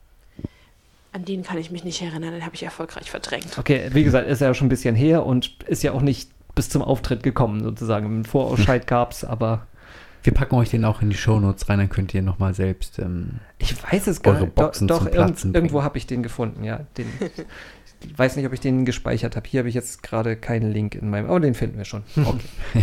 An den kann ich mich nicht erinnern, den habe ich erfolgreich verdrängt. Okay, wie gesagt, ist ja schon ein bisschen her und ist ja auch nicht bis zum Auftritt gekommen, sozusagen. Einen Vorausscheid gab es, aber Wir packen euch den auch in die Shownotes rein, dann könnt ihr nochmal selbst ähm, ich weiß es gar eure nicht. Boxen Doch, zum doch irgend, Platzen irgendwo bringen. habe ich den gefunden, ja. Den, ich weiß nicht, ob ich den gespeichert habe. Hier habe ich jetzt gerade keinen Link in meinem, aber den finden wir schon. Okay.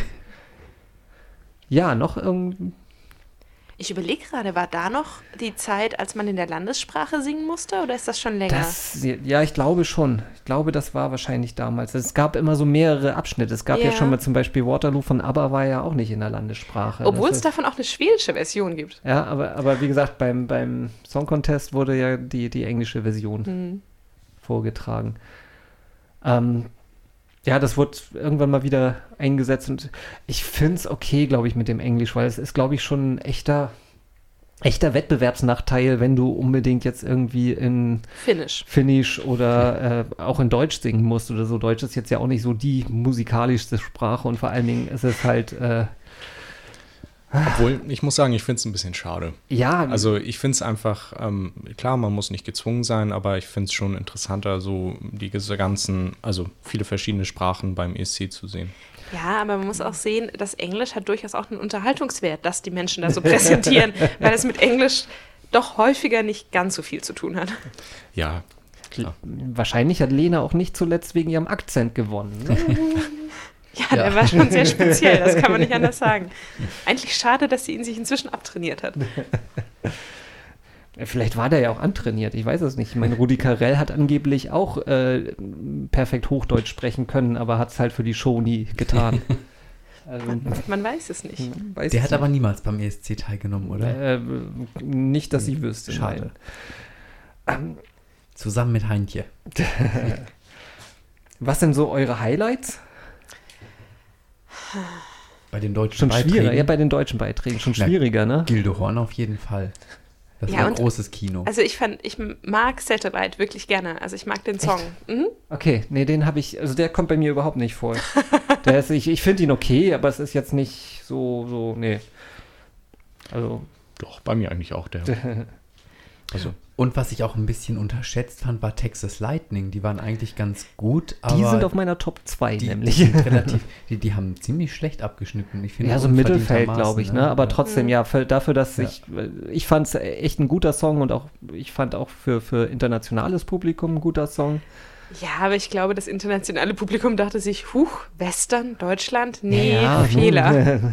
Ja, noch irgend. Ich überlege gerade, war da noch die Zeit, als man in der Landessprache singen musste, oder ist das schon länger? Das, ja, ich glaube schon. Ich glaube, das war wahrscheinlich damals. Es gab immer so mehrere Abschnitte. Es gab ja, Ja. schon mal zum Beispiel Waterloo von ABBA war ja auch nicht in der Landessprache. Obwohl Das es ist- davon auch eine schwedische Version gibt. Ja, aber, aber wie gesagt, beim, beim Song Contest wurde ja die, die englische Version Hm. vorgetragen. Ähm, ja, das wurde irgendwann mal wieder eingesetzt und ich finde es okay, glaube ich, mit dem Englisch, weil es ist, glaube ich, schon ein echter, echter Wettbewerbsnachteil, wenn du unbedingt jetzt irgendwie in Finnisch. Finnisch oder äh, auch in Deutsch singen musst oder so. Deutsch ist jetzt ja auch nicht so die musikalischste Sprache und vor allen Dingen ist es halt, äh, Obwohl, ich muss sagen, ich finde es ein bisschen schade. ja, Also ich finde es einfach, ähm, klar, man muss nicht gezwungen sein, aber ich finde es schon interessanter, so die ganzen, also viele verschiedene Sprachen beim E S C zu sehen. Ja, aber man muss auch sehen, das Englisch hat durchaus auch einen Unterhaltungswert, dass die Menschen da so präsentieren, weil es mit Englisch doch häufiger nicht ganz so viel zu tun hat. Ja, klar. wahrscheinlich hat Lena auch nicht zuletzt wegen ihrem Akzent gewonnen. Ne? Ja, Ja. der war schon sehr speziell, das kann man nicht anders sagen. Eigentlich schade, dass sie ihn sich inzwischen abtrainiert hat. Vielleicht war der ja auch antrainiert, ich weiß es nicht. Ich meine, Rudi Carrell hat angeblich auch äh, perfekt Hochdeutsch sprechen können, aber hat es halt für die Show nie getan. Also, Man weiß es nicht. weiß Der ich hat aber niemals beim E S C teilgenommen, oder? Äh, nicht, dass ich wüsste. Schade. nein. Zusammen mit Heintje. Was sind so eure Highlights? Bei den deutschen Schon Beiträgen. schwieriger, ja, bei den deutschen Beiträgen. Schon Na, schwieriger, ne? Gildehorn auf jeden Fall. Das Ja, war und- großes Kino. Also ich fand, ich mag Satellite wirklich gerne. Also ich mag den Song. Mhm. Okay, nee, den habe ich, also der kommt bei mir überhaupt nicht vor. Der ist, ich ich finde ihn okay, aber es ist jetzt nicht so, so, nee. Also, Doch, bei mir eigentlich auch der. Also, Und was ich auch ein bisschen unterschätzt fand, war Texas Lightning. Die waren eigentlich ganz gut, aber die sind auf meiner Top zwei die, nämlich. Die, sind relativ, die, die haben ziemlich schlecht abgeschnitten. Ich finde, Ja, so im Mittelfeld, unverdientermaßen, glaube ich, ne? Aber Ja. trotzdem, ja, für, dafür, dass Ja. ich, ich fand es echt ein guter Song und auch, ich fand auch für, für internationales Publikum ein guter Song. Ja, aber ich glaube, das internationale Publikum dachte sich, huch, Western, Deutschland? Nee, Ja, Fehler.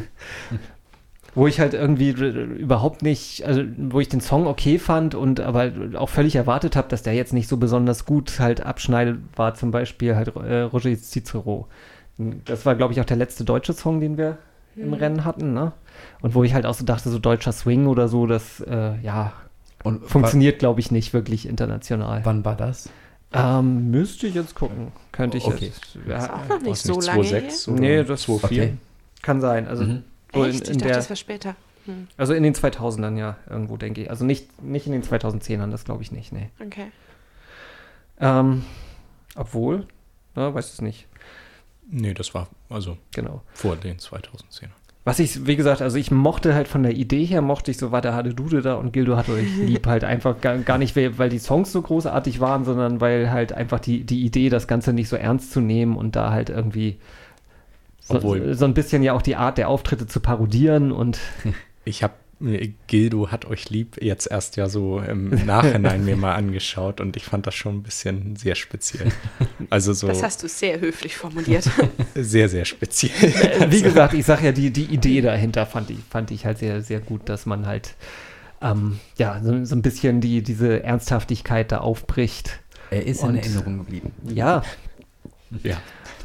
Wo ich halt irgendwie überhaupt nicht, also wo ich den Song okay fand und aber auch völlig erwartet habe, dass der jetzt nicht so besonders gut halt abschneidet, war zum Beispiel halt äh, Roger Cicero. Das war, glaube ich, auch der letzte deutsche Song, den wir im Rennen hatten, ne? Und wo ich halt auch so dachte, so deutscher Swing oder so, das, äh, ja, Und funktioniert, glaube ich, nicht wirklich international. wa- Wann war das? Ähm, müsste ich jetzt gucken. Könnte ich Okay. jetzt. Ist Ja, auch noch nicht was so nicht, lange zwei her. sechs oder Nee, das- zwei vier? Okay. kann sein. Also, Mhm. so in, Echt? in Ich dachte, der, das war später. Hm, also in den zweitausendern, ja, irgendwo, denke ich. Also nicht, nicht in den zweitausendzehnern, das glaube ich nicht, nee. okay. Ähm, obwohl, ne, weiß es nicht, Nee, das war also genau. vor den zweitausendzehner. Was ich, wie gesagt, also ich mochte halt von der Idee her, mochte ich so, war der Hade Dude da und Gildo hat euch lieb halt einfach gar, gar nicht, weil weil die Songs so großartig waren, sondern weil halt einfach die, die Idee, das Ganze nicht so ernst zu nehmen und da halt irgendwie so, Obwohl- so ein bisschen ja auch die Art der Auftritte zu parodieren und Ich habe Gildo hat euch lieb jetzt erst ja so im Nachhinein mir mal angeschaut und ich fand das schon ein bisschen sehr speziell. Also so Das hast du sehr höflich formuliert. sehr, sehr speziell. wie gesagt, ich sag ja, die, die Idee dahinter fand ich, fand ich halt sehr, sehr gut, dass man halt ähm, ja, so, so ein bisschen die, diese Ernsthaftigkeit da aufbricht. Er ist Und- in Erinnerung geblieben. Ja, Ja.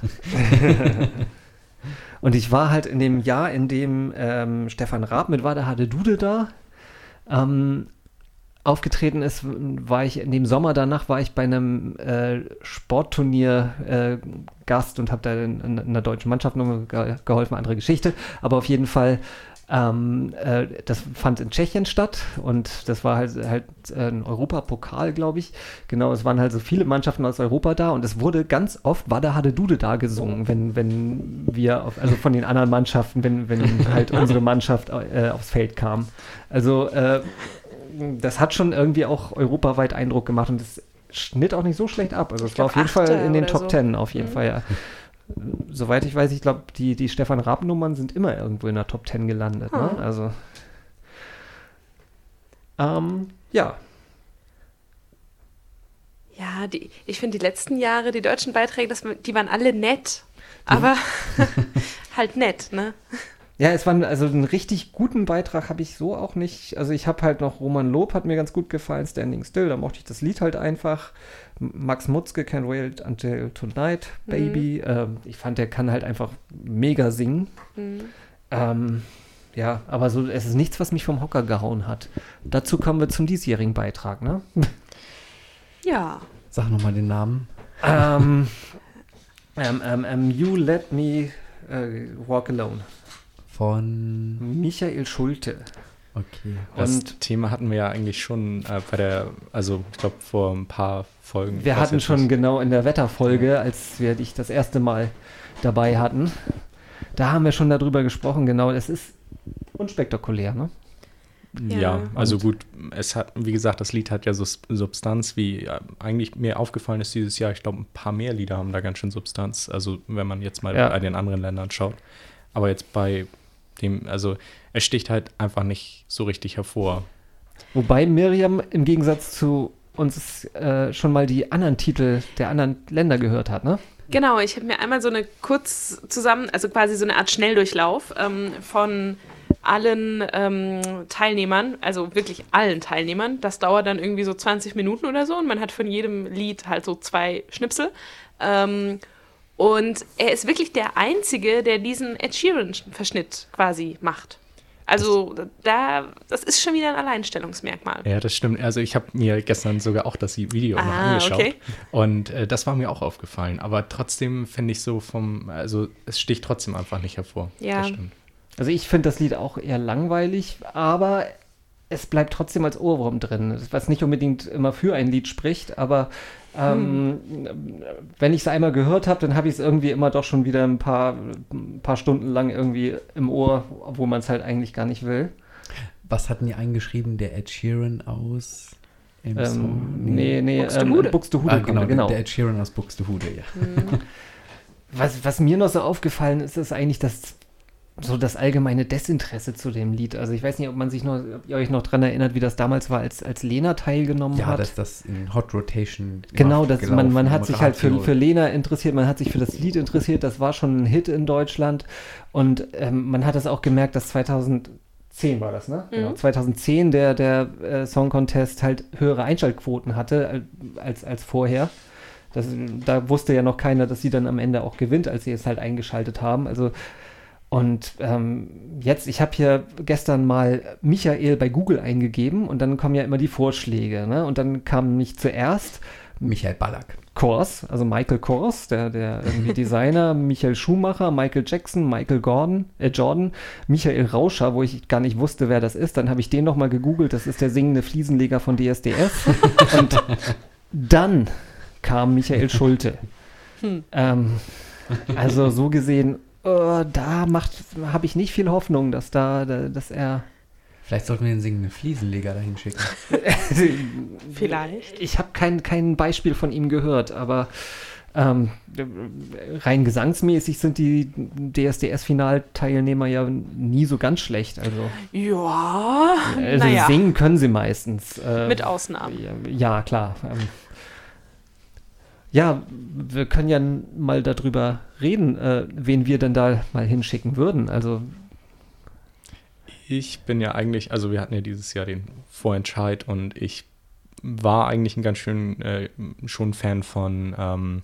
und ich war halt in dem Jahr, in dem ähm, Stefan Raab mit War der Hade Dude da ähm, aufgetreten ist, war ich in dem Sommer danach, war ich bei einem äh, Sportturnier äh, Gast und habe da in, in, in der deutschen Mannschaft noch ge geholfen, andere Geschichte. Aber auf jeden Fall Ähm, äh, das fand in Tschechien statt und das war halt, halt ein Europapokal, glaube ich. Genau, es waren halt so viele Mannschaften aus Europa da und es wurde ganz oft Wada Hade Dude da gesungen, wenn, wenn wir, auf, also von den anderen Mannschaften, wenn, wenn halt unsere Mannschaft äh, aufs Feld kam. Also äh, das hat schon irgendwie auch europaweit Eindruck gemacht und es schnitt auch nicht so schlecht ab. Also es war auf jeden Fall in den Top Ten, auf jeden Fall, ja. Soweit ich weiß, ich glaube, die, die Stefan Raab-Nummern sind immer irgendwo in der Top Ten gelandet. Ne? Oh. Also, ähm, ja. Ja, die, ich finde die letzten Jahre, die deutschen Beiträge, das, die waren alle nett, aber halt nett, ne? Ja, es war also einen richtig guten Beitrag habe ich so auch nicht. Also ich habe halt noch Roman Lob, hat mir ganz gut gefallen, Standing Still, da mochte ich das Lied halt einfach. Max Mutzke, Can't Wait Until Tonight, Baby. Mhm. Ähm, ich fand, der kann halt einfach mega singen. Mhm. Ähm, ja, aber so, es ist nichts, was mich vom Hocker gehauen hat. Dazu kommen wir zum diesjährigen Beitrag, ne? Ja. Sag nochmal den Namen. Ähm, ähm, ähm, ähm, You Let Me uh, Walk Alone. Von Michael Schulte. Okay. Das Und Thema hatten wir ja eigentlich schon äh, bei der, also ich glaube vor ein paar Folgen. wir hatten schon nicht. genau in der Wetterfolge, als wir dich das erste Mal dabei hatten, da haben wir schon darüber gesprochen, genau, es ist unspektakulär, ne? Ja, Ja. also Und- gut, es hat, wie gesagt, das Lied hat ja so Substanz, wie äh, eigentlich mir aufgefallen ist dieses Jahr, ich glaube, ein paar mehr Lieder haben da ganz schön Substanz, also wenn man jetzt mal Ja. bei den anderen Ländern schaut. Aber jetzt bei dem, also es sticht halt einfach nicht so richtig hervor. Wobei Miriam im Gegensatz zu uns äh, schon mal die anderen Titel der anderen Länder gehört hat, ne? Genau, ich habe mir einmal so eine kurz zusammen, also quasi so eine Art Schnelldurchlauf ähm, von allen ähm, Teilnehmern, also wirklich allen Teilnehmern. Das dauert dann irgendwie so zwanzig Minuten oder so und man hat von jedem Lied halt so zwei Schnipsel. Ähm, und er ist wirklich der Einzige, der diesen Ed Sheeran-Verschnitt quasi macht. Also da, das ist schon wieder ein Alleinstellungsmerkmal. Ja, das stimmt. Also ich habe mir gestern sogar auch das Video mal Ah, angeschaut. okay. Und äh, das war mir auch aufgefallen. Aber trotzdem finde ich so vom, also es sticht trotzdem einfach nicht hervor. Ja. Das stimmt. Also ich finde das Lied auch eher langweilig, aber es bleibt trotzdem als Ohrwurm drin, was nicht unbedingt immer für ein Lied spricht, aber ähm, hm. wenn ich es einmal gehört habe, dann habe ich es irgendwie immer doch schon wieder ein paar, ein paar Stunden lang irgendwie im Ohr, obwohl man es halt eigentlich gar nicht will. Was hatten die eingeschrieben? Der Ed Sheeran aus im Ähm, Song? nee, nee, Buxtehude. ähm, Buxtehude Ah, kommt genau, er, genau. Der, der Ed Sheeran aus Buxtehude, ja. Was, was mir noch so aufgefallen ist, ist eigentlich das, so das allgemeine Desinteresse zu dem Lied. Also ich weiß nicht, ob man sich noch, ob ihr euch noch dran erinnert, wie das damals war, als, als Lena teilgenommen Ja, hat. dass das in Hot Rotation Genau, immer das, gelaufen, man, man im hat sich halt für, Radio. für Lena interessiert, man hat sich für das Lied interessiert, das war schon ein Hit in Deutschland und ähm, man hat es auch gemerkt, dass zweitausendzehn war das, ne? Mhm. Genau, zweitausendzehn der, der äh, Song Contest halt höhere Einschaltquoten hatte äh, als, als vorher. Das, da wusste ja noch keiner, dass sie dann am Ende auch gewinnt, als sie es halt eingeschaltet haben. Also und ähm, jetzt, ich habe hier gestern mal Michael bei Google eingegeben und dann kommen ja immer die Vorschläge, ne? Und dann kam nicht zuerst Michael Ballack. Kors, also Michael Kors, der, der irgendwie Designer, Michael Schumacher, Michael Jackson, Michael Gordon, äh Jordan, Michael Rauscher, wo ich gar nicht wusste, wer das ist. Dann habe ich den nochmal gegoogelt, das ist der singende Fliesenleger von D S D S. Und dann kam Michael Schulte. Hm. Ähm, also so gesehen, äh, da macht, habe ich nicht viel Hoffnung, dass da, da dass er Vielleicht sollten wir den singenden Fliesenleger dahin schicken. Vielleicht. Ich habe kein, kein Beispiel von ihm gehört, aber ähm, rein gesangsmäßig sind die D S D S-Finalteilnehmer ja nie so ganz schlecht. Also, Ja, also naja, singen können sie meistens. Äh, mit Ausnahmen. Ja, ja, klar. Ähm, ja, wir können ja mal darüber reden, äh, wen wir denn da mal hinschicken würden. Also Ich bin ja eigentlich, also wir hatten ja dieses Jahr den Vorentscheid und ich war eigentlich ein ganz schön äh, schon Fan von ähm,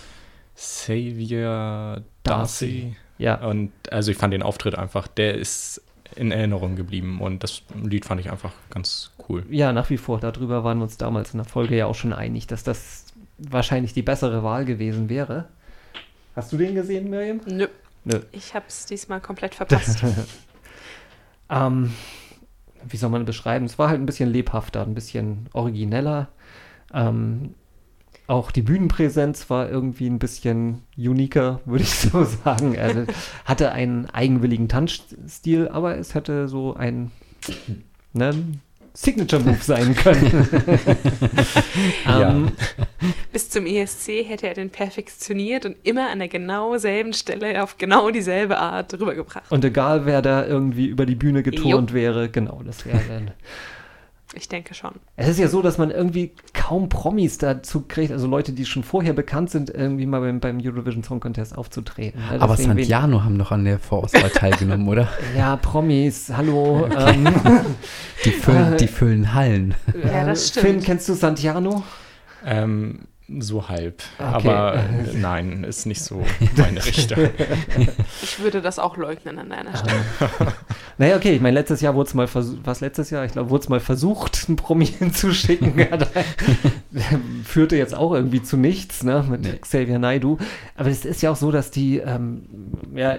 Xavier Darcy. ja, Und also ich fand den Auftritt einfach, der ist in Erinnerung geblieben und das Lied fand ich einfach ganz cool. ja, nach wie vor. Darüber waren wir uns damals in der Folge ja auch schon einig, dass das wahrscheinlich die bessere Wahl gewesen wäre. Hast du den gesehen, Miriam? Nö, Nö. ich hab's diesmal komplett verpasst. ähm, wie soll man beschreiben? Es war halt ein bisschen lebhafter, ein bisschen origineller. Ähm, auch die Bühnenpräsenz war irgendwie ein bisschen uniker, würde ich so sagen. Er hatte einen eigenwilligen Tanzstil, aber es hätte so ein ne, Signature-Move sein können. Ja. ähm, Bis zum E S C hätte er den perfektioniert und immer an der genau selben Stelle auf genau dieselbe Art rübergebracht. und egal, wer da irgendwie über die Bühne geturnt Jo. wäre, genau, das wäre dann. Ich denke schon. Es ist ja so, dass man irgendwie kaum Promis dazu kriegt, also Leute, die schon vorher bekannt sind, irgendwie mal beim, beim Eurovision Song Contest aufzutreten. Ne? Aber Deswegen wen- Santiano haben doch an der Vorauswahl teilgenommen, oder? Ja, Promis, hallo. ähm, Die füllen, die füllen Hallen. Ja, das stimmt. Finn, kennst du Santiano? Ähm, so halb. Okay. Aber äh, nein, ist nicht so meine Richtung. Ich würde das auch leugnen an deiner Stelle. Naja, okay, ich meine, letztes Jahr wurde es mal versucht, was letztes Jahr? Ich glaube, wurde es mal versucht, einen Promi hinzuschicken. Ja, da- führte jetzt auch irgendwie zu nichts, ne, mit Nee. Xavier Naidoo. Aber es ist ja auch so, dass die, ähm, ja,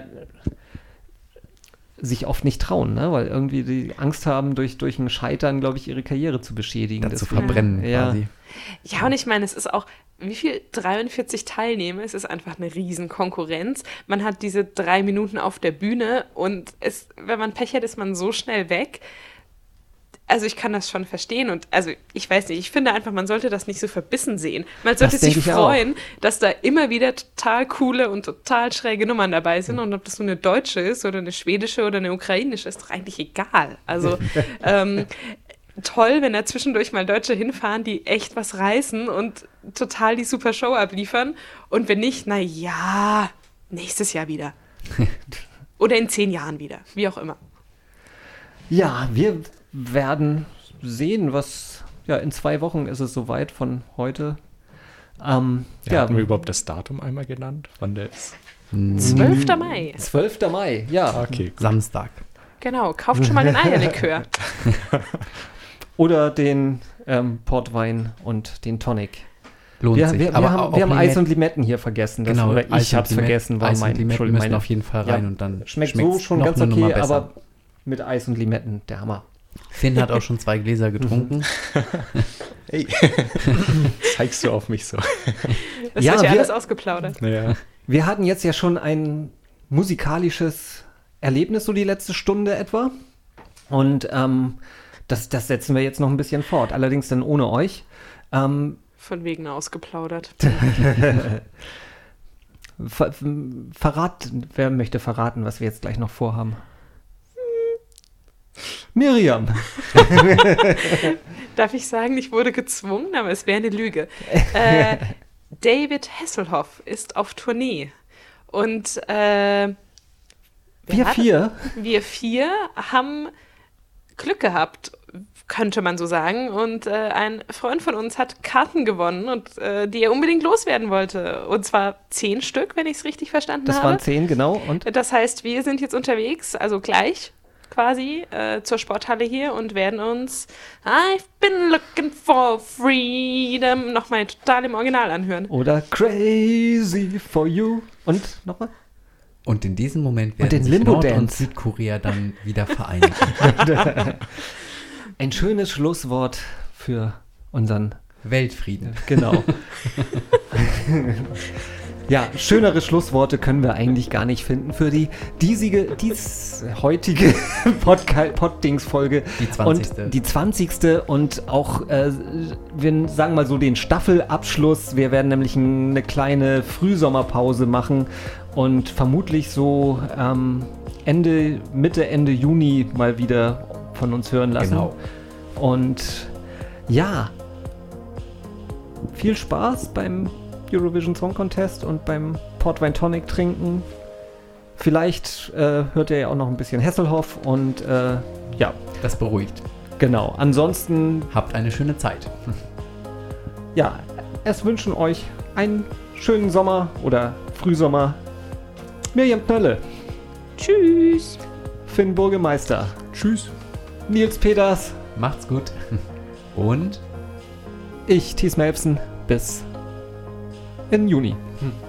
sich oft nicht trauen, ne, weil irgendwie die Angst haben, durch, durch ein Scheitern, glaube ich, ihre Karriere zu beschädigen. Dazu Deswegen- verbrennen ja. quasi. Ja, und ich meine, es ist auch, wie viel? dreiundvierzig Teilnehmer, es ist einfach eine riesen Konkurrenz. Man hat diese drei Minuten auf der Bühne und es, wenn man Pech hat, ist man so schnell weg. Also ich kann das schon verstehen und also ich weiß nicht, ich finde einfach, man sollte das nicht so verbissen sehen. Man sollte Das sich denke ich auch. freuen, dass da immer wieder total coole und total schräge Nummern dabei sind und ob das so eine deutsche ist oder eine schwedische oder eine ukrainische, ist doch eigentlich egal. Also ähm, toll, wenn da zwischendurch mal Deutsche hinfahren, die echt was reißen und total die super Show abliefern und wenn nicht, na ja, nächstes Jahr wieder. Oder in zehn Jahren wieder, wie auch immer. Ja, wir werden sehen, was, ja, in zwei Wochen ist es soweit von heute. Ähm, Ja, ja, hatten wir überhaupt das Datum einmal genannt, wann der ist? zwölfter Mai. zwölfter Mai, ja. Okay, gut. Samstag. Genau, kauft schon mal den Eierlikör. Oder den ähm, Portwein und den Tonic. Lohnt Wir, sich. wir, wir Aber haben, auch wir haben Eis Limetten- und Limetten hier vergessen. Das, Genau, oder ich Eis und habe es Limetten- vergessen, war Eis und mein Limetten Entschuldigung, müssen meine- auf jeden Fall Ja, rein und dann Schmeckt so schmeckt's schon noch ganz eine Nummer okay, besser. aber mit Eis und Limetten, der Hammer. Finn hat auch schon zwei Gläser getrunken. Hey, zeigst du auf mich so. Das Ja, wird ja wir- alles ausgeplaudert. Naja, Wir hatten jetzt ja schon ein musikalisches Erlebnis, so die letzte Stunde etwa. Und ähm, das, das setzen wir jetzt noch ein bisschen fort, allerdings dann ohne euch. Ähm, Von wegen ausgeplaudert. ver verrat, wer möchte verraten, was wir jetzt gleich noch vorhaben? Miriam. Darf ich sagen, ich wurde gezwungen, aber es wäre eine Lüge. Äh, David Hasselhoff ist auf Tournee. Und äh, wer Wir war vier. das? Wir vier haben Glück gehabt, könnte man so sagen. Und äh, ein Freund von uns hat Karten gewonnen, und äh, die er unbedingt loswerden wollte. Und zwar zehn Stück, wenn ich es richtig verstanden Das habe. waren zehn, genau. Und Das heißt, wir sind jetzt unterwegs, also gleich quasi äh, zur Sporthalle hier und werden uns I've been looking for freedom nochmal total im Original anhören. oder Crazy for You. Und nochmal? Und in diesem Moment Und werden den sich Limbo Nord- und Dance. Südkorea dann wieder vereinigen. Ein schönes Schlusswort für unseren, Weltfrieden. genau. Ja, schönere Schlussworte können wir eigentlich gar nicht finden für die diesige, dies heutige Podca- Poddings-Folge. Die zwanzigste. Und die zwanzigste und auch, äh, wir sagen mal so, den Staffelabschluss. Wir werden nämlich eine kleine Frühsommerpause machen und vermutlich so ähm, Ende, Mitte, Ende Juni mal wieder von uns hören lassen. Genau. Und ja, viel Spaß beim Eurovision Song Contest und beim Portwein Tonic trinken. Vielleicht äh, hört ihr ja auch noch ein bisschen Hasselhoff und äh, ja, Das beruhigt. genau. Ansonsten, Habt eine schöne Zeit. ja, es wünschen euch einen schönen Sommer oder Frühsommer. Miriam Knölle, Tschüss! Finn Burgemeister, tschüss. Nils Peters, Macht's gut. Und ich, Thies Melfsen. Bis in Juni. hm,